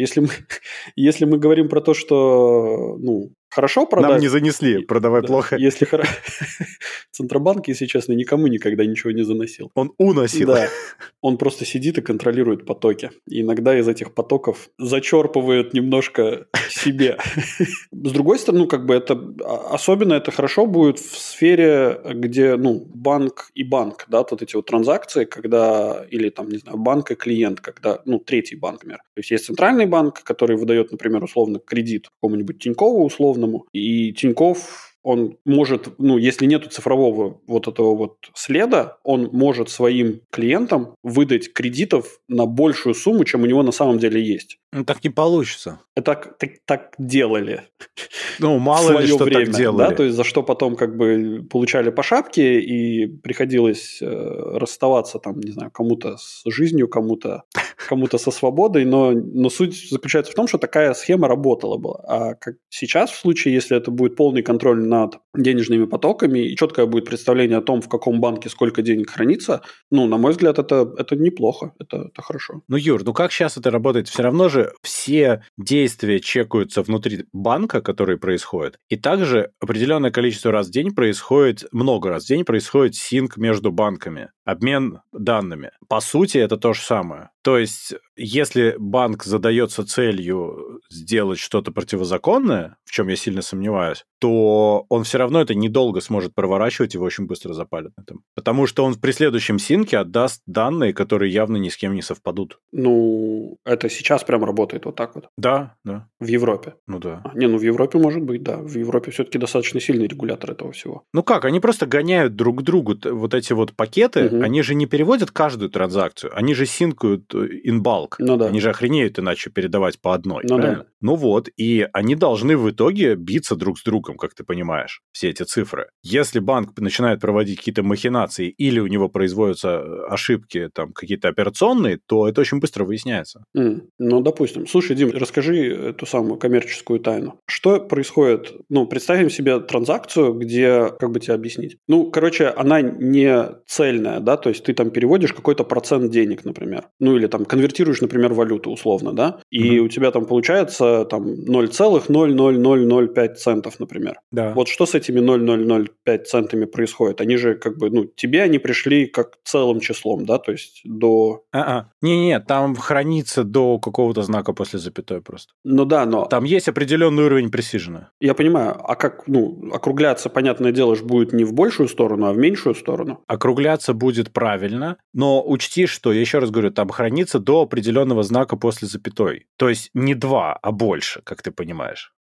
если мы говорим про то, что, ну, хорошо продать... Нам не занесли, продавай да, плохо. Если Центробанк, если честно, никому никогда ничего не заносил. Он уносил. Да, он просто сидит и контролирует потоки. И иногда из этих потоков зачерпывает немножко себе. С другой стороны, ну, как бы это... Особенно это хорошо будет в сфере, где, ну, банк и банк, да, вот эти вот транзакции, когда... Или там, не знаю, банк и клиент, когда... Ну, третий банк, например. То есть есть центральный банк, который выдает, например, условно кредит какому-нибудь Тинькову условному, и Тиньков... Он может, ну, если нету цифрового вот этого вот следа, он может своим клиентам выдать кредитов на большую сумму, чем у него на самом деле есть. Ну, так не получится. Это так делали. Ну, мало ли что время, так делали. Да? То есть за что потом как бы получали по шапке и приходилось расставаться там, не знаю, кому-то с жизнью, кому-то со свободой, но суть заключается в том, что такая схема работала бы. А как сейчас в случае, если это будет полный контроль над денежными потоками и четкое будет представление о том, в каком банке сколько денег хранится, ну, на мой взгляд, это неплохо, это хорошо. Ну, Юр, ну как сейчас это работает? Все равно же все действия чекаются внутри банка, которые происходят, и также определенное количество раз в день происходит, много раз в день происходит синк между банками, обмен данными. По сути, это то же самое. То есть, если банк задается целью сделать что-то противозаконное, в чем я сильно сомневаюсь, то он все равно это недолго сможет проворачивать и очень быстро запалит на этом. Потому что он при следующем синке отдаст данные, которые явно ни с кем не совпадут. Ну, это сейчас прям работает вот так вот. Да, да. В Европе. Ну да. Ну в Европе может быть, да. В Европе все-таки достаточно сильный регулятор этого всего. Ну как, они просто гоняют друг к другу вот эти вот пакеты, они же не переводят каждую транзакцию, они же синкают in bulk. Ну да. Они же охренеют иначе передавать по одной, Ну правильно? Да. Ну вот, и они должны в итоге биться друг с другом, как ты понимаешь, все эти цифры. Если банк начинает проводить какие-то махинации или у него производятся ошибки там какие-то операционные, то это очень быстро выясняется. Ну, допустим. Слушай, Дим, расскажи эту самую коммерческую тайну. Что происходит? Ну, представим себе транзакцию, где, как бы тебе объяснить? Ну, короче, она не цельная, да, то есть ты там переводишь какой-то процент денег, например. Ну, или там конвертируешь, например, валюту условно, да, и у тебя там получается там 0,00005 центов, например. Да. Вот что с этими 0,005 центами происходит? Они же как бы, ну, тебе они пришли как целым числом, да, то есть до... Не-не, там хранится до какого-то знака после запятой просто. Ну да, но... Там есть определенный уровень пресижена. Я понимаю, а как, ну, округляться, понятное дело, же будет не в большую сторону, а в меньшую сторону? Округляться будет правильно, но учти, что, я еще раз говорю, там хранится до определенного знака после запятой. То есть не 2, а больше, как ты понимаешь.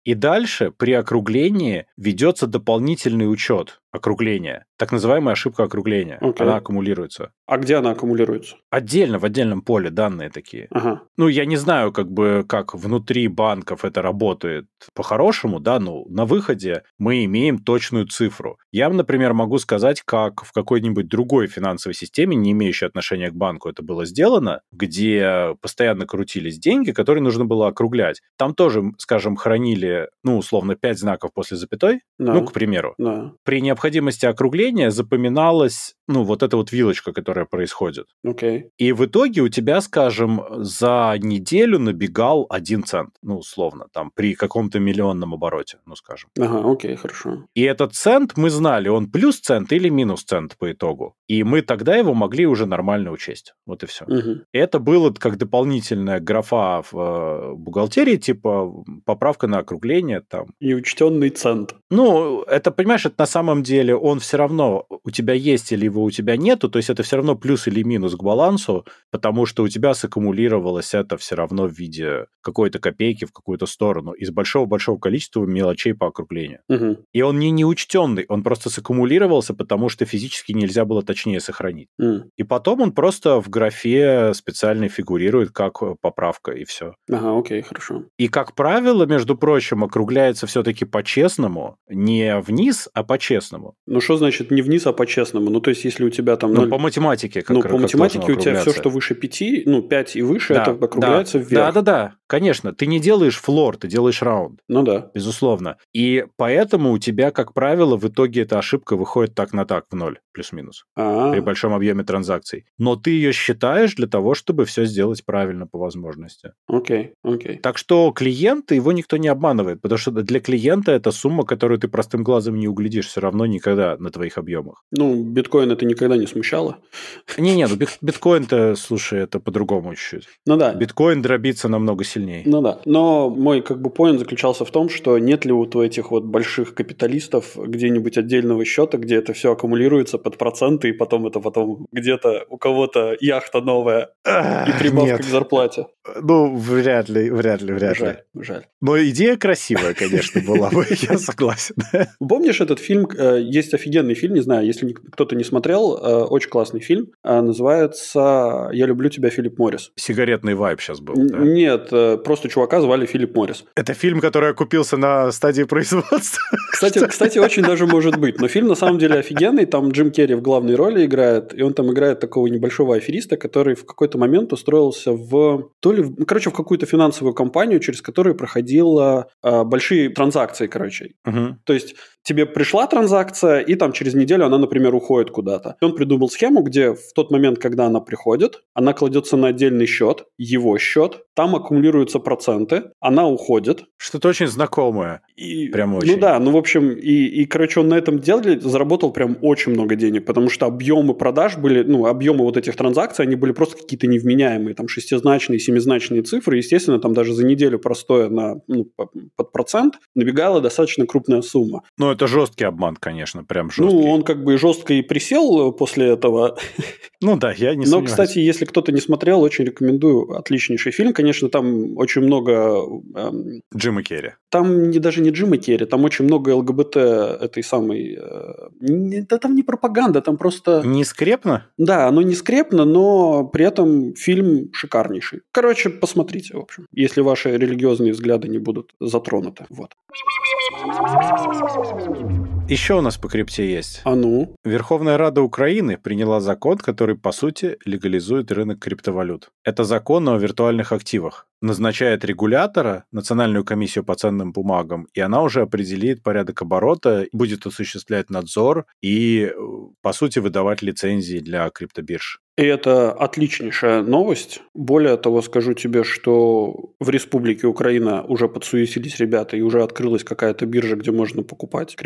И дальше при округлении ведется дополнительный учет округления. Так называемая ошибка округления. Она аккумулируется. А где она аккумулируется? Отдельно, в отдельном поле данные такие. Ага. Ну, я не знаю, как внутри банков это работает по-хорошему, да, но на выходе мы имеем точную цифру. Я, например, могу сказать, как в какой-нибудь другой финансовой системе, не имеющей отношения к банку, это было сделано, где постоянно крутились деньги, которые нужно было округлять. Там тоже, скажем, хранили, условно, 5 знаков после запятой, к примеру. Да. При необходимости округления запоминалась, вот эта вот вилочка, которая происходит. Окей. И в итоге у тебя, скажем, за неделю набегал 1 цент, условно, там, при каком-то миллионном обороте, скажем. Ага, окей, хорошо. И этот цент, мы знали, он плюс цент или минус цент по итогу. И мы тогда его могли уже нормально учесть. Вот и все. Угу. И это было как дополнительная графа в бухгалтерии, типа поправка на округление там. Неучтенный цент. Это, понимаешь, это на самом деле он все равно у тебя есть или его у тебя нету, то есть это все равно плюс или минус к балансу, потому что у тебя саккумулировалось это все равно в виде какой-то копейки в какую-то сторону из большого-большого количества мелочей по округлению. Угу. И он не неучтенный, он просто саккумулировался, потому что физически нельзя было точнее сохранить. И потом он просто в графе специально фигурирует как поправка, и все. Ага, окей, хорошо. И, как правило, между прочим, округляется все-таки по-честному, не вниз, а по-честному. Что значит не вниз, а по-честному? То есть, если у тебя там... по математике. По математике у тебя все, что выше 5, 5 и выше, это округляется вверх. Да, конечно. Ты не делаешь флор, ты делаешь раунд. Да. Безусловно. И поэтому у тебя, как правило, в итоге эта ошибка выходит так на так в ноль, плюс-минус. При большом объеме транзакций. Но ты ее считаешь для того, чтобы все сделать правильно по возможности. Окей. Так что клиента, его никто не обманывает, потому что для клиента это сумма, которую ты простым глазом не углядишь все равно никогда на твоих объемах. Биткоин это никогда не смущало? Не, биткоин-то, слушай, это по-другому чуть-чуть. Да. Биткоин дробится намного сильнее. Да. Но мой поинт заключался в том, что нет ли у этих больших капиталистов где-нибудь отдельного счета, где это все аккумулируется под проценты, и потом где-то у кого-то яхта новая и прибавка к зарплате. Вряд ли. Жаль. Но идея красивая, конечно, была бы, я согласен. Помнишь этот фильм? Есть офигенный фильм, не знаю, если кто-то не смотрел, очень классный фильм, называется «Я люблю тебя, Филипп Моррис». Сигаретный вайб сейчас был, да? Нет, просто чувака звали Филипп Моррис. Это фильм, который окупился на стадии производства? Кстати, очень даже может быть. Но фильм на самом деле офигенный. Там Джим Керри в главной роли играет. И он там играет такого небольшого афериста, который в какой-то момент устроился в какую-то финансовую компанию, через которую проходила большие транзакции, Угу. То есть тебе пришла транзакция, и там через неделю она, например, уходит куда-то. И он придумал схему, где в тот момент, когда она приходит, она кладется на отдельный счет, его счет, там аккумулируются проценты, она уходит. Что-то очень знакомое. Прям очень. В общем, он на этом деле заработал прям очень много денег, потому что объемы продаж были, объемы этих транзакций, они были просто какие-то невменяемые, там шестизначные, семизначные цифры, естественно, там даже за неделю простое под процент набегала достаточно крупная сумма. Это жесткий обман, конечно, прям жесткий. Он жестко и присел после этого. Я не сомневаюсь. Но, кстати, если кто-то не смотрел, очень рекомендую. Отличнейший фильм. Конечно, там очень много... Джима Керри. Там даже не Джима Керри, там очень много ЛГБТ этой самой... Да там не пропаганда, там просто... Не скрепно? Да, оно не скрепно, но при этом фильм шикарнейший. Посмотрите, в общем, если ваши религиозные взгляды не будут затронуты. Еще у нас по крипте есть. А ну? Верховная Рада Украины приняла закон, который, по сути, легализует рынок криптовалют. Это закон о виртуальных активах. Назначает регулятора, Национальную комиссию по ценным бумагам, и она уже определит порядок оборота, будет осуществлять надзор и, по сути, выдавать лицензии для криптобирж. И это отличнейшая новость. Более того, скажу тебе, что в Республике Украина уже подсуетились ребята, и уже открылась какая-то биржа, где можно покупать криптовалюту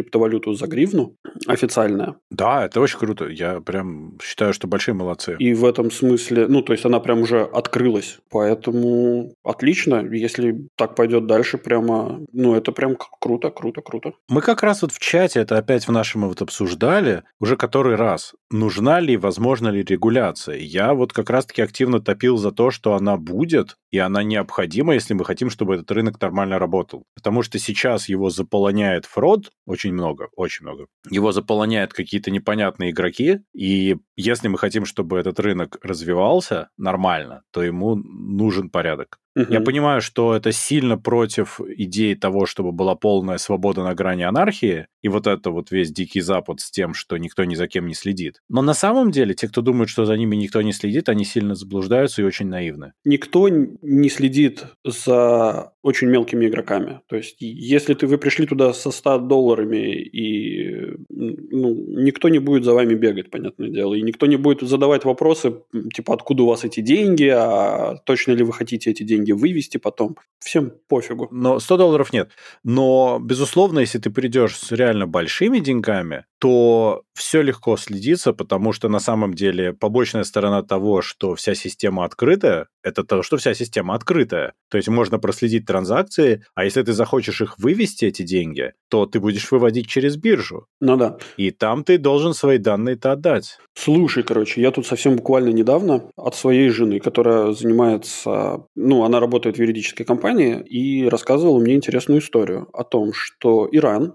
валюту за гривну официальная. Да, это очень круто. Я прям считаю, что большие молодцы. И в этом смысле, то есть она прям уже открылась. Поэтому отлично. Если так пойдет дальше, прямо, это прям круто. Мы как раз вот в чате это опять в нашем вот обсуждали уже который раз. Нужна ли, возможно ли регуляция? Я вот как раз-таки активно топил за то, что она будет, и она необходима, если мы хотим, чтобы этот рынок нормально работал. Потому что сейчас его заполоняет фрод очень много. Его заполоняют какие-то непонятные игроки, и если мы хотим, чтобы этот рынок развивался нормально, то ему нужен порядок. Я понимаю, что это сильно против идеи того, чтобы была полная свобода на грани анархии, и вот это вот весь Дикий Запад с тем, что никто ни за кем не следит. Но на самом деле, те, кто думают, что за ними никто не следит, они сильно заблуждаются и очень наивны. Никто не следит за очень мелкими игроками. То есть, если вы пришли туда со $100 и никто не будет за вами бегать, понятное дело, и никто не будет задавать вопросы, типа, откуда у вас эти деньги, а точно ли вы хотите эти деньги вывести потом. Всем пофигу. Но $100 нет. Но, безусловно, если ты придешь с реально большими деньгами, то все легко следится, потому что на самом деле побочная сторона того, что вся система открытая, это то, что вся система открытая. То есть можно проследить транзакции, а если ты захочешь их вывести, эти деньги, то ты будешь выводить через биржу. Ну да. И там ты должен свои данные-то отдать. Слушай, я тут совсем буквально недавно от своей жены, которая занимается, она работает в юридической компании, и рассказывала мне интересную историю о том, что Иран,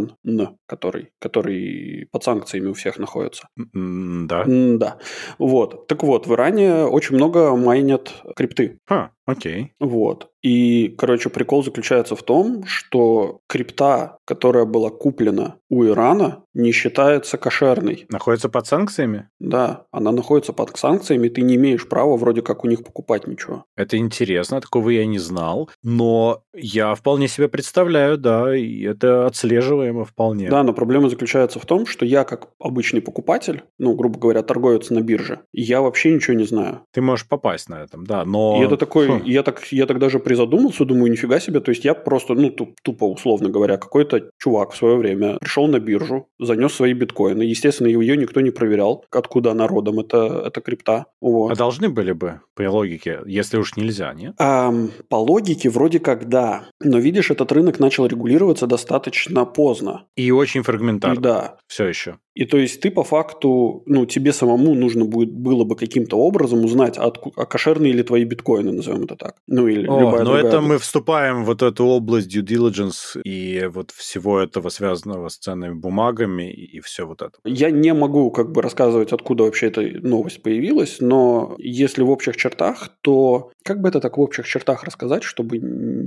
который под санкциями у всех находится. Да. Да. Вот. Так вот, в Иране очень много майнят крипты. Окей. Вот. И, прикол заключается в том, что крипта, которая была куплена у Ирана, не считается кошерной. Находится под санкциями? Да, она находится под санкциями, ты не имеешь права вроде как у них покупать ничего. Это интересно, такого я не знал, но я вполне себе представляю, да, и это отслеживаемо вполне. Да, но проблема заключается в том, что я как обычный покупатель, грубо говоря, торговец на бирже, я вообще ничего не знаю. Ты можешь попасть на этом, да, но... И это такой, я так даже призадумался, думаю, нифига себе, то есть я просто, тупо, условно говоря, какой-то чувак в свое время пришел на биржу, занес свои биткоины, естественно, ее никто не проверял, откуда она родом, это крипта. Вот. А должны были бы, по логике, если уж нельзя, нет? По логике вроде как да, но видишь, этот рынок начал регулироваться достаточно поздно. И очень фрагментарно. И да. Все еще. И то есть ты по факту, тебе самому нужно было бы каким-то образом узнать, кошерные ли твои биткоины, назовем это так. Или любая другая. Это мы вступаем в вот эту область due diligence и вот всего этого связанного с ценными бумагами и все вот это. Я не могу рассказывать, откуда вообще эта новость появилась, но если в общих чертах, то как бы это так в общих чертах рассказать, чтобы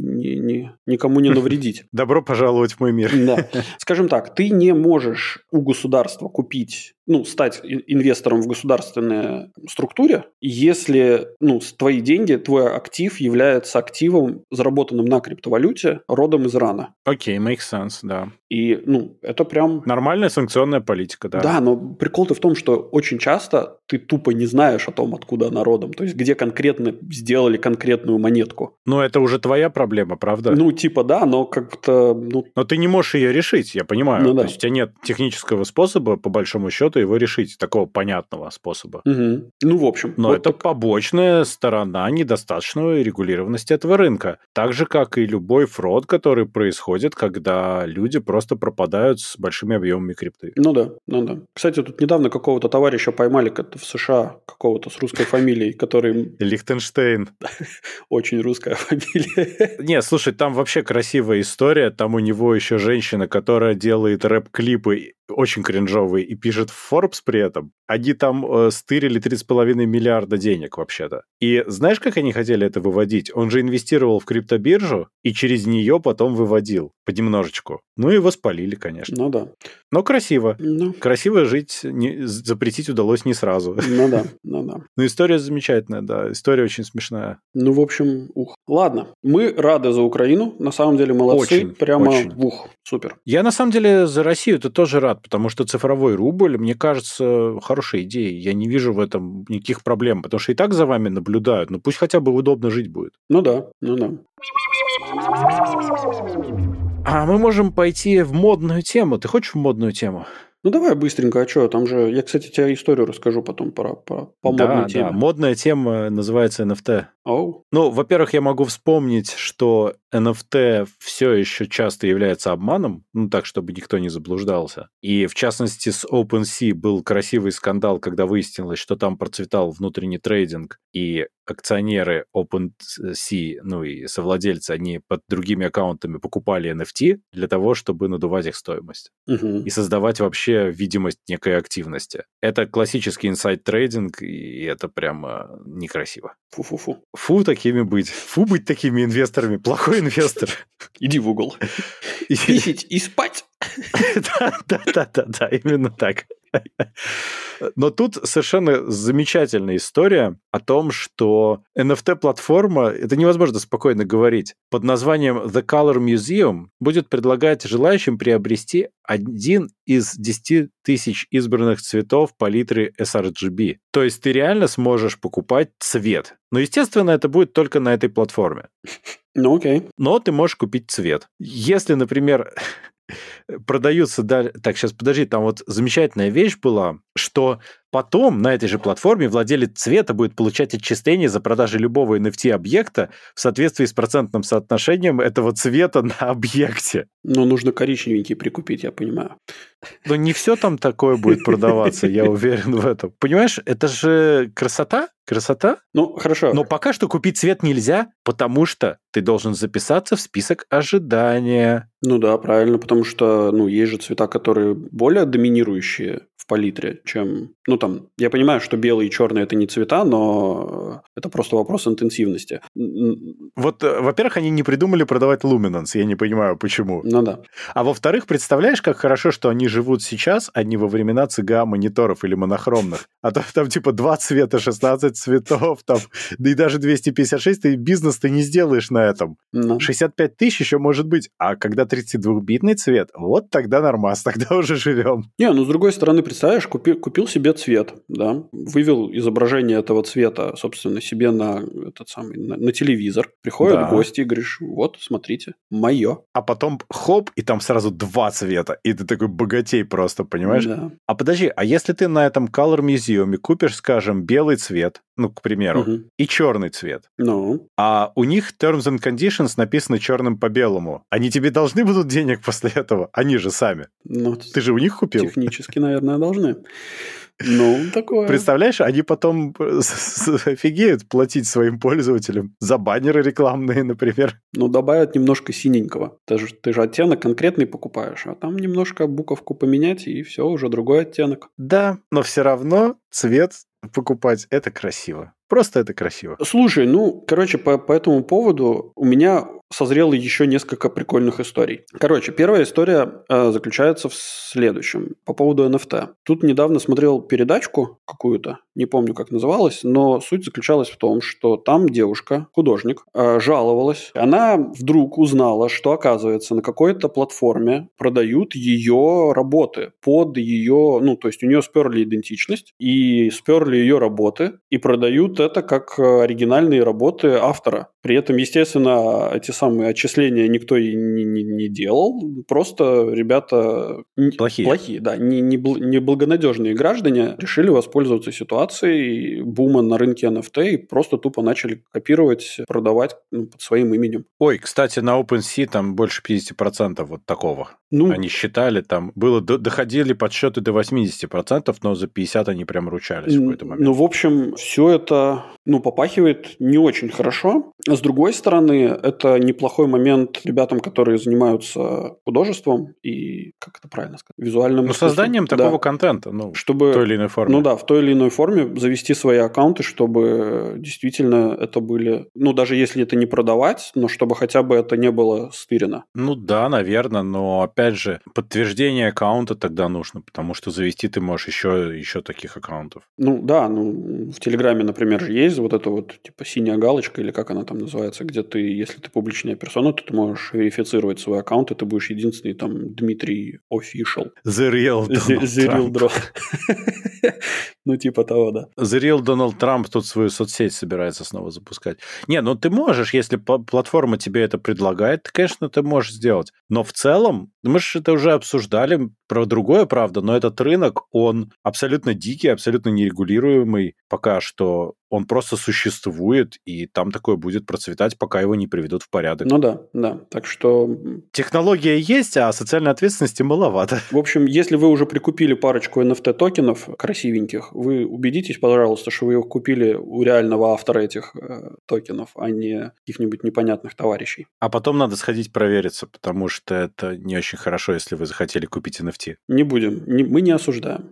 никому не навредить? Добро пожаловать в мой мир. Да. Скажем так, ты не можешь у государства купить, стать инвестором в государственной структуре, если, твои деньги, твой актив является активом, заработанным на криптовалюте, родом из Ирана. Окей, makes sense, да. И, это прям... Нормальная санкционная политика, да. Да, но прикол-то в том, что очень часто ты тупо не знаешь о том, откуда она родом. То есть, где конкретно сделали конкретную монетку. Но это уже твоя проблема, правда? Да, но как-то... Но ты не можешь ее решить, я понимаю. Да. То есть, у тебя нет технического способа, по большому счету, его решить. Такого понятного способа. Угу. В общем. Но это побочная сторона недостаточной регулированности этого рынка. Так же, как и любой фрод, который происходит, когда люди просто пропадают с большими объемами крипты. Да. Кстати, тут недавно какого-то товарища поймали в США, какого-то с русской фамилией, который... Лихтенштейн. Очень русская фамилия. Не, слушай, там вообще красивая история. Там у него еще женщина, которая делает рэп-клипы очень кринжовые и пишет в Forbes при этом. Они там стырили 3,5 миллиарда денег вообще-то. И знаешь, как они хотели это выводить? Он же инвестировал в криптобиржу и через нее потом выводил понемножечку. Его спалили, конечно. Да. Но красиво. Красиво жить запретить удалось не сразу. Да. История замечательная, да. История очень смешная. В общем, Ладно. Мы рады за Украину. На самом деле молодцы. Очень. Супер. Я на самом деле за Россию-то тоже рад, потому что цифровой рубль, мне кажется, хорошей идеей. Я не вижу в этом никаких проблем, потому что и так за вами наблюдают. Пусть хотя бы удобно жить будет. Да. А мы можем пойти в модную тему. Ты хочешь в модную тему? Ну, давай быстренько, а что? Там же... Я, кстати, тебе историю расскажу потом по модной теме. Да, модная тема называется NFT. Оу. Ну, во-первых, я могу вспомнить, что NFT все еще часто является обманом, ну, так, чтобы никто не заблуждался. И, в частности, с OpenSea был красивый скандал, когда выяснилось, что там процветал внутренний трейдинг, и акционеры OpenSea, ну и совладельцы, они под другими аккаунтами покупали NFT для того, чтобы надувать их стоимость. Угу. И создавать вообще видимость некой активности. Это классический инсайд-трейдинг, и это прямо некрасиво. Фу-фу-фу. Фу такими быть. Фу быть такими инвесторами. Плохой инвестор. Иди в угол. Писить и спать. Да, именно так. Но тут совершенно замечательная история о том, что NFT-платформа, это невозможно спокойно говорить, под названием The Color Museum будет предлагать желающим приобрести один из 10 тысяч избранных цветов палитры sRGB. То есть ты реально сможешь покупать цвет. Но, естественно, это будет только на этой платформе. Ну, окей. Но ты можешь купить цвет. Если, например... продаются... Так, сейчас подожди, там вот замечательная вещь была, что потом на этой же платформе владелец цвета будет получать отчисления за продажу любого NFT-объекта в соответствии с процентным соотношением этого цвета на объекте. Но нужно коричневенький прикупить, я понимаю. Но не все там такое будет продаваться, я уверен в этом. Понимаешь, это же красота? Красота? Ну, хорошо. Но пока что купить цвет нельзя, потому что ты должен записаться в список ожидания. Ну да, правильно, потому что, ну, есть же цвета, которые более доминирующие в палитре, чем... Ну, там, я понимаю, что белый и черный – это не цвета, но это просто вопрос интенсивности. Вот, во-первых, они не придумали продавать люминанс, я не понимаю, почему. Ну да. А во-вторых, представляешь, как хорошо, что они живут сейчас, а не во времена CGA-мониторов или монохромных. А то там типа 2 цвета, 16 цветов, там, да и даже 256, ты бизнес ты не сделаешь на этом. 65 тысяч еще может быть. А когда 32-битный цвет, вот тогда нормас, тогда уже живем. Не, ну с другой стороны, представляешь, купил себе цвет, да, вывел изображение этого цвета, собственно, себе на на телевизор. Приходят гости и говоришь, вот, смотрите, мое. А потом хоп, и там сразу 2 цвета, и ты такой богатей просто, понимаешь? Да. А подожди, а если ты на этом Color Museum купишь, скажем, белый цвет, ну, к примеру, и черный цвет, а у них Terms and Conditions написаны черным по белому, они тебе должны будут денег после этого? Они же сами. Ну, ты же у них купил? Технически, наверное, должны. Ну, такое. Представляешь, они потом офигеют платить своим пользователям за баннеры рекламные, например. Ну, добавят немножко синенького. Ты же оттенок конкретный покупаешь, а там немножко буковку поменять, и все, уже другой оттенок. Да, но все равно цвет покупать – это красиво. Просто это красиво. Слушай, ну, короче, по этому поводу у меня созрело еще несколько прикольных историй. Короче, первая история заключается в следующем. По поводу NFT. Тут недавно смотрел передачку какую-то, не помню, как называлась, но суть заключалась в том, что там девушка, художник, жаловалась. Она вдруг узнала, что, оказывается, на какой-то платформе продают ее работы под ее... Ну, то есть у нее сперли идентичность и сперли ее работы и продают это как оригинальные работы автора. При этом, естественно, эти самые отчисления никто и не делал. Просто ребята плохие, да, неблагонадежные граждане решили воспользоваться ситуацией бума на рынке NFT и просто тупо начали копировать, продавать под своим именем. Ой, кстати, на OpenSea там больше 50% вот такого. Ну, они считали, там доходили подсчеты до 80%, но за 50% они прям ручались в какой-то момент. Ну, в общем, все это, попахивает не очень хорошо. С другой стороны, это неплохой момент ребятам, которые занимаются художеством и, как это правильно сказать, визуальным искусством. Созданием такого контента, чтобы в той или иной форме. Ну да, в той или иной форме завести свои аккаунты, чтобы действительно это были, даже если это не продавать, но чтобы хотя бы это не было стырено. Ну да, наверное, но опять же, подтверждение аккаунта тогда нужно, потому что завести ты можешь еще таких аккаунтов. Ну да, в Телеграме, например, же есть вот эта вот типа синяя галочка или как она там называется, где ты, если ты публичная персона, то ты можешь верифицировать свой аккаунт, и ты будешь единственный там Дмитрий Official. The real Donald Trump. Ну, типа того, да. The real Donald Trump тут свою соцсеть собирается снова запускать. Не, ну ты можешь, если платформа тебе это предлагает, конечно, ты можешь сделать. Но в целом, мы же это уже обсуждали, про другое, правда, но этот рынок, он абсолютно дикий, абсолютно нерегулируемый пока что. Он просто существует, и там такое будет процветать, пока его не приведут в порядок. Ну да, да. Так что... Технология есть, а социальной ответственности маловато. В общем, если вы уже прикупили парочку NFT-токенов красивеньких, вы убедитесь, пожалуйста, что вы их купили у реального автора этих токенов, а не каких-нибудь непонятных товарищей. А потом надо сходить провериться, потому что это не очень хорошо, если вы захотели купить NFT. Не будем. Мы не осуждаем.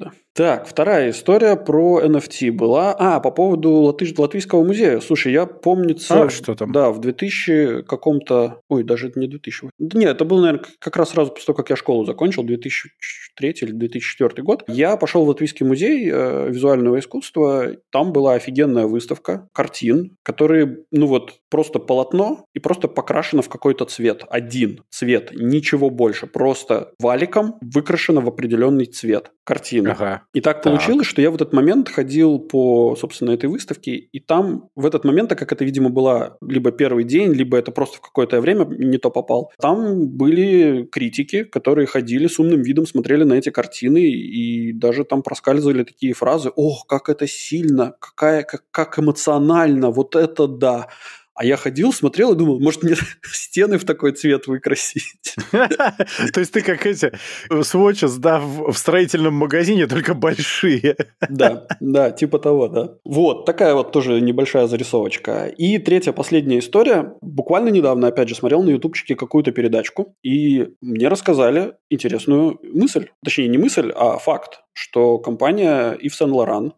Так, вторая история про NFT была... по поводу Латвийского музея. Слушай, я помнится... что там? Да, в 2000 каком-то... Ой, даже не 2000. Нет, это было, наверное, как раз сразу после того, как я школу закончил, 2003 или 2004 год. Я пошел в Латвийский музей визуального искусства. Там была офигенная выставка картин, которые, просто полотно и просто покрашено в какой-то цвет. Один цвет, ничего больше. Просто валиком выкрашено в определенный цвет картины. Ага. И так получилось, что я в этот момент ходил по, собственно, этой выставке, и там в этот момент, так как это, видимо, была либо первый день, либо это просто в какое-то время не то попал, там были критики, которые ходили с умным видом, смотрели на эти картины, и даже там проскальзывали такие фразы: «Ох, как это сильно, как эмоционально, вот это да». А я ходил, смотрел и думал, может, мне стены в такой цвет выкрасить. То есть ты как эти свотчи, да, в строительном магазине, только большие. Да, типа того, да. Вот, такая вот тоже небольшая зарисовочка. И третья, последняя история. Буквально недавно, опять же, смотрел на ютубчике какую-то передачку, и мне рассказали интересную мысль. Точнее, не мысль, а факт, что компания Yves Saint Laurent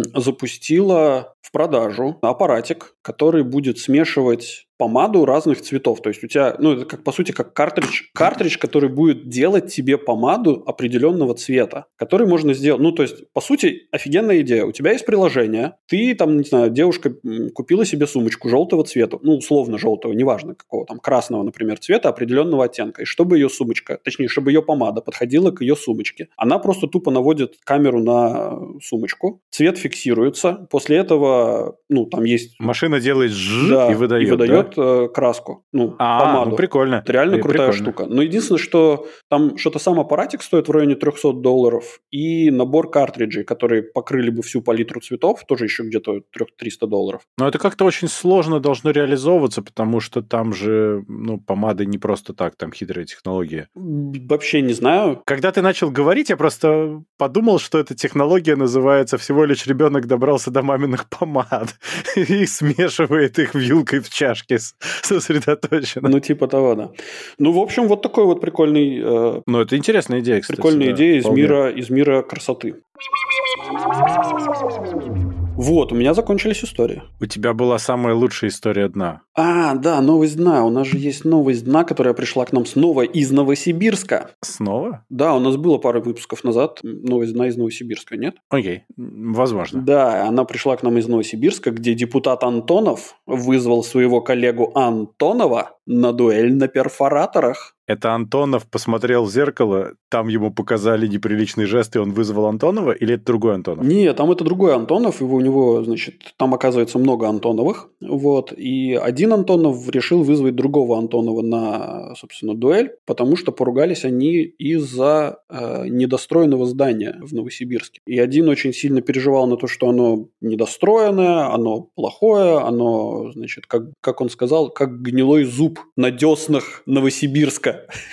запустила в продажу аппаратик, который будет смешивать помаду разных цветов. То есть у тебя, это как, по сути, как картридж, который будет делать тебе помаду определенного цвета, который можно сделать. То есть, по сути, офигенная идея. У тебя есть приложение, ты там, не знаю, девушка купила себе сумочку желтого цвета, условно желтого, неважно какого, там, красного, например, цвета, определенного оттенка. И чтобы ее сумочка, точнее, чтобы ее помада подходила к ее сумочке, она просто тупо наводит камеру на сумочку, цвет фиксируется, после этого, там есть... Машина делает и выдает, краску, помаду. Прикольно. Это реально крутая штука. Но единственное, что там что-то сам аппаратик стоит в районе $300, и набор картриджей, которые покрыли бы всю палитру цветов, тоже еще где-то $300. Но это как-то очень сложно должно реализовываться, потому что там же, помады не просто так, там хитрые технологии. Вообще не знаю. Когда ты начал говорить, я просто подумал, что эта технология называется «всего лишь ребенок добрался до маминых помад» и смешивает их вилкой в чашке сосредоточенно. Типа того, да. В общем, вот такой вот прикольный... это интересная идея, кстати. Прикольная идея из мира красоты. Вот, у меня закончились истории. У тебя была самая лучшая история дна. Да, новость дна. У нас же есть новость дна, которая пришла к нам снова из Новосибирска. Снова? Да, у нас было пару выпусков назад новость дна из Новосибирска, нет? Окей, возможно. Да, она пришла к нам из Новосибирска, где депутат Антонов вызвал своего коллегу Антонова на дуэль на перфораторах. Это Антонов посмотрел в зеркало, там ему показали неприличный жест, и он вызвал Антонова, или это другой Антонов? Нет, там это другой Антонов, у него, значит, там оказывается много Антоновых, вот, и один Антонов решил вызвать другого Антонова на, собственно, дуэль, потому что поругались они из-за недостроенного здания в Новосибирске. И один очень сильно переживал на то, что оно недостроенное, оно плохое, оно, значит, как он сказал, как гнилой зуб на деснах Новосибирска.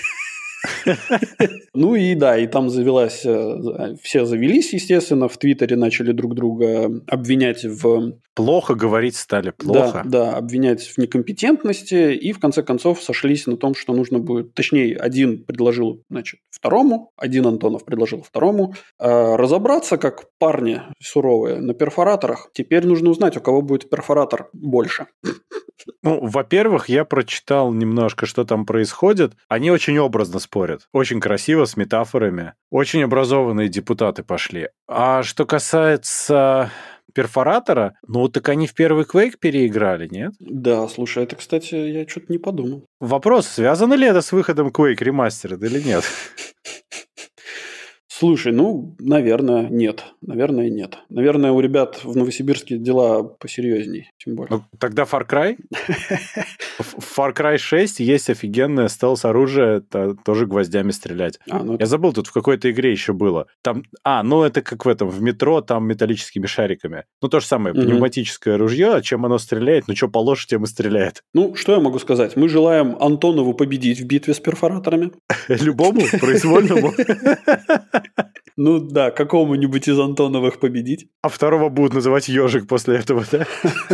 И там завелась, все завелись, естественно, в Твиттере начали друг друга обвинять в... Плохо говорить стали, плохо. Да, обвинять в некомпетентности, и в конце концов сошлись на том, что нужно будет... Точнее, один предложил, значит, второму, один Антонов предложил второму разобраться, как парни суровые, на перфораторах. Теперь нужно узнать, у кого будет перфоратор больше. Во-первых, я прочитал немножко, что там происходит. Они очень образно спорят. Очень красиво, с метафорами. Очень образованные депутаты пошли. А что касается перфоратора, ну так они в первый Quake переиграли, нет? Да, слушай, это, кстати, я что-то не подумал. Вопрос, связано ли это с выходом Quake Remastered или нет? Слушай, ну, наверное, нет. Наверное, нет. Наверное, у ребят в Новосибирске дела посерьезней, тем более. Ну, тогда Far Cry? В Far Cry 6 есть офигенное стелс-оружие, это тоже гвоздями стрелять. Я забыл, тут в какой-то игре еще было. Там, ну это как в метро, там металлическими шариками. Ну, то же самое, пневматическое ружье, а чем оно стреляет, ну, что положишь, тем и стреляет. Ну, что я могу сказать? Мы желаем Антонову победить в битве с перфораторами. Любому, произвольному. Ну да, какому-нибудь из Антоновых победить. А второго будут называть ежик после этого, да?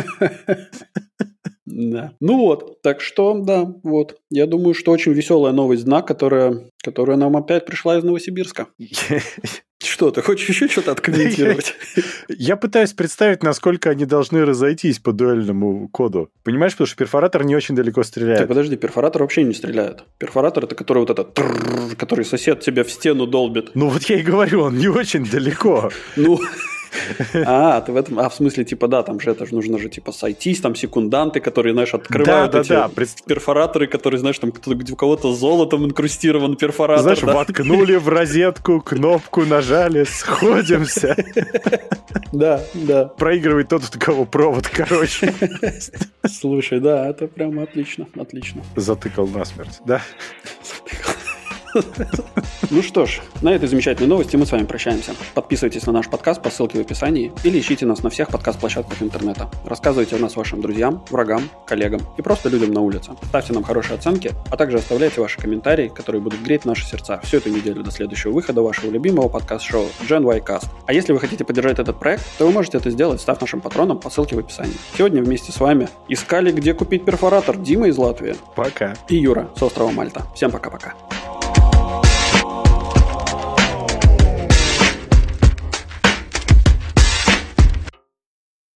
Да. Ну вот, так что, да, вот. Я думаю, что очень веселая новость дна, которая нам опять пришла из Новосибирска. Что, ты хочешь еще что-то откомментировать? Я пытаюсь представить, насколько они должны разойтись по дуэльному коду. Понимаешь, потому что перфоратор не очень далеко стреляет. Так, подожди, перфоратор вообще не стреляет. Перфоратор — это который вот этот, который сосед тебя в стену долбит. Ну вот я и говорю, он не очень далеко. Ну... ты в этом... в смысле, типа, да, там же это же нужно же, типа, сойтись, там секунданты, которые, знаешь, открывают перфораторы, которые, знаешь, там где у кого-то золотом инкрустирован перфоратор. Знаешь, воткнули в розетку, кнопку нажали, сходимся. Да. Проигрывает тот, у кого провод, короче. Слушай, да, это прям отлично. Затыкал насмерть, да? Ну что ж, на этой замечательной новости мы с вами прощаемся. Подписывайтесь на наш подкаст по ссылке в описании или ищите нас на всех подкаст-площадках интернета. Рассказывайте о нас вашим друзьям, врагам, коллегам и просто людям на улице. Ставьте нам хорошие оценки, а также оставляйте ваши комментарии, которые будут греть наши сердца всю эту неделю до следующего выхода вашего любимого подкаст-шоу Gen Y Cast. А если вы хотите поддержать этот проект, то вы можете это сделать, став нашим патроном по ссылке в описании. Сегодня вместе с вами искали, где купить перфоратор, Дима из Латвии. Пока. И Юра с острова Мальта. Всем пока-пока.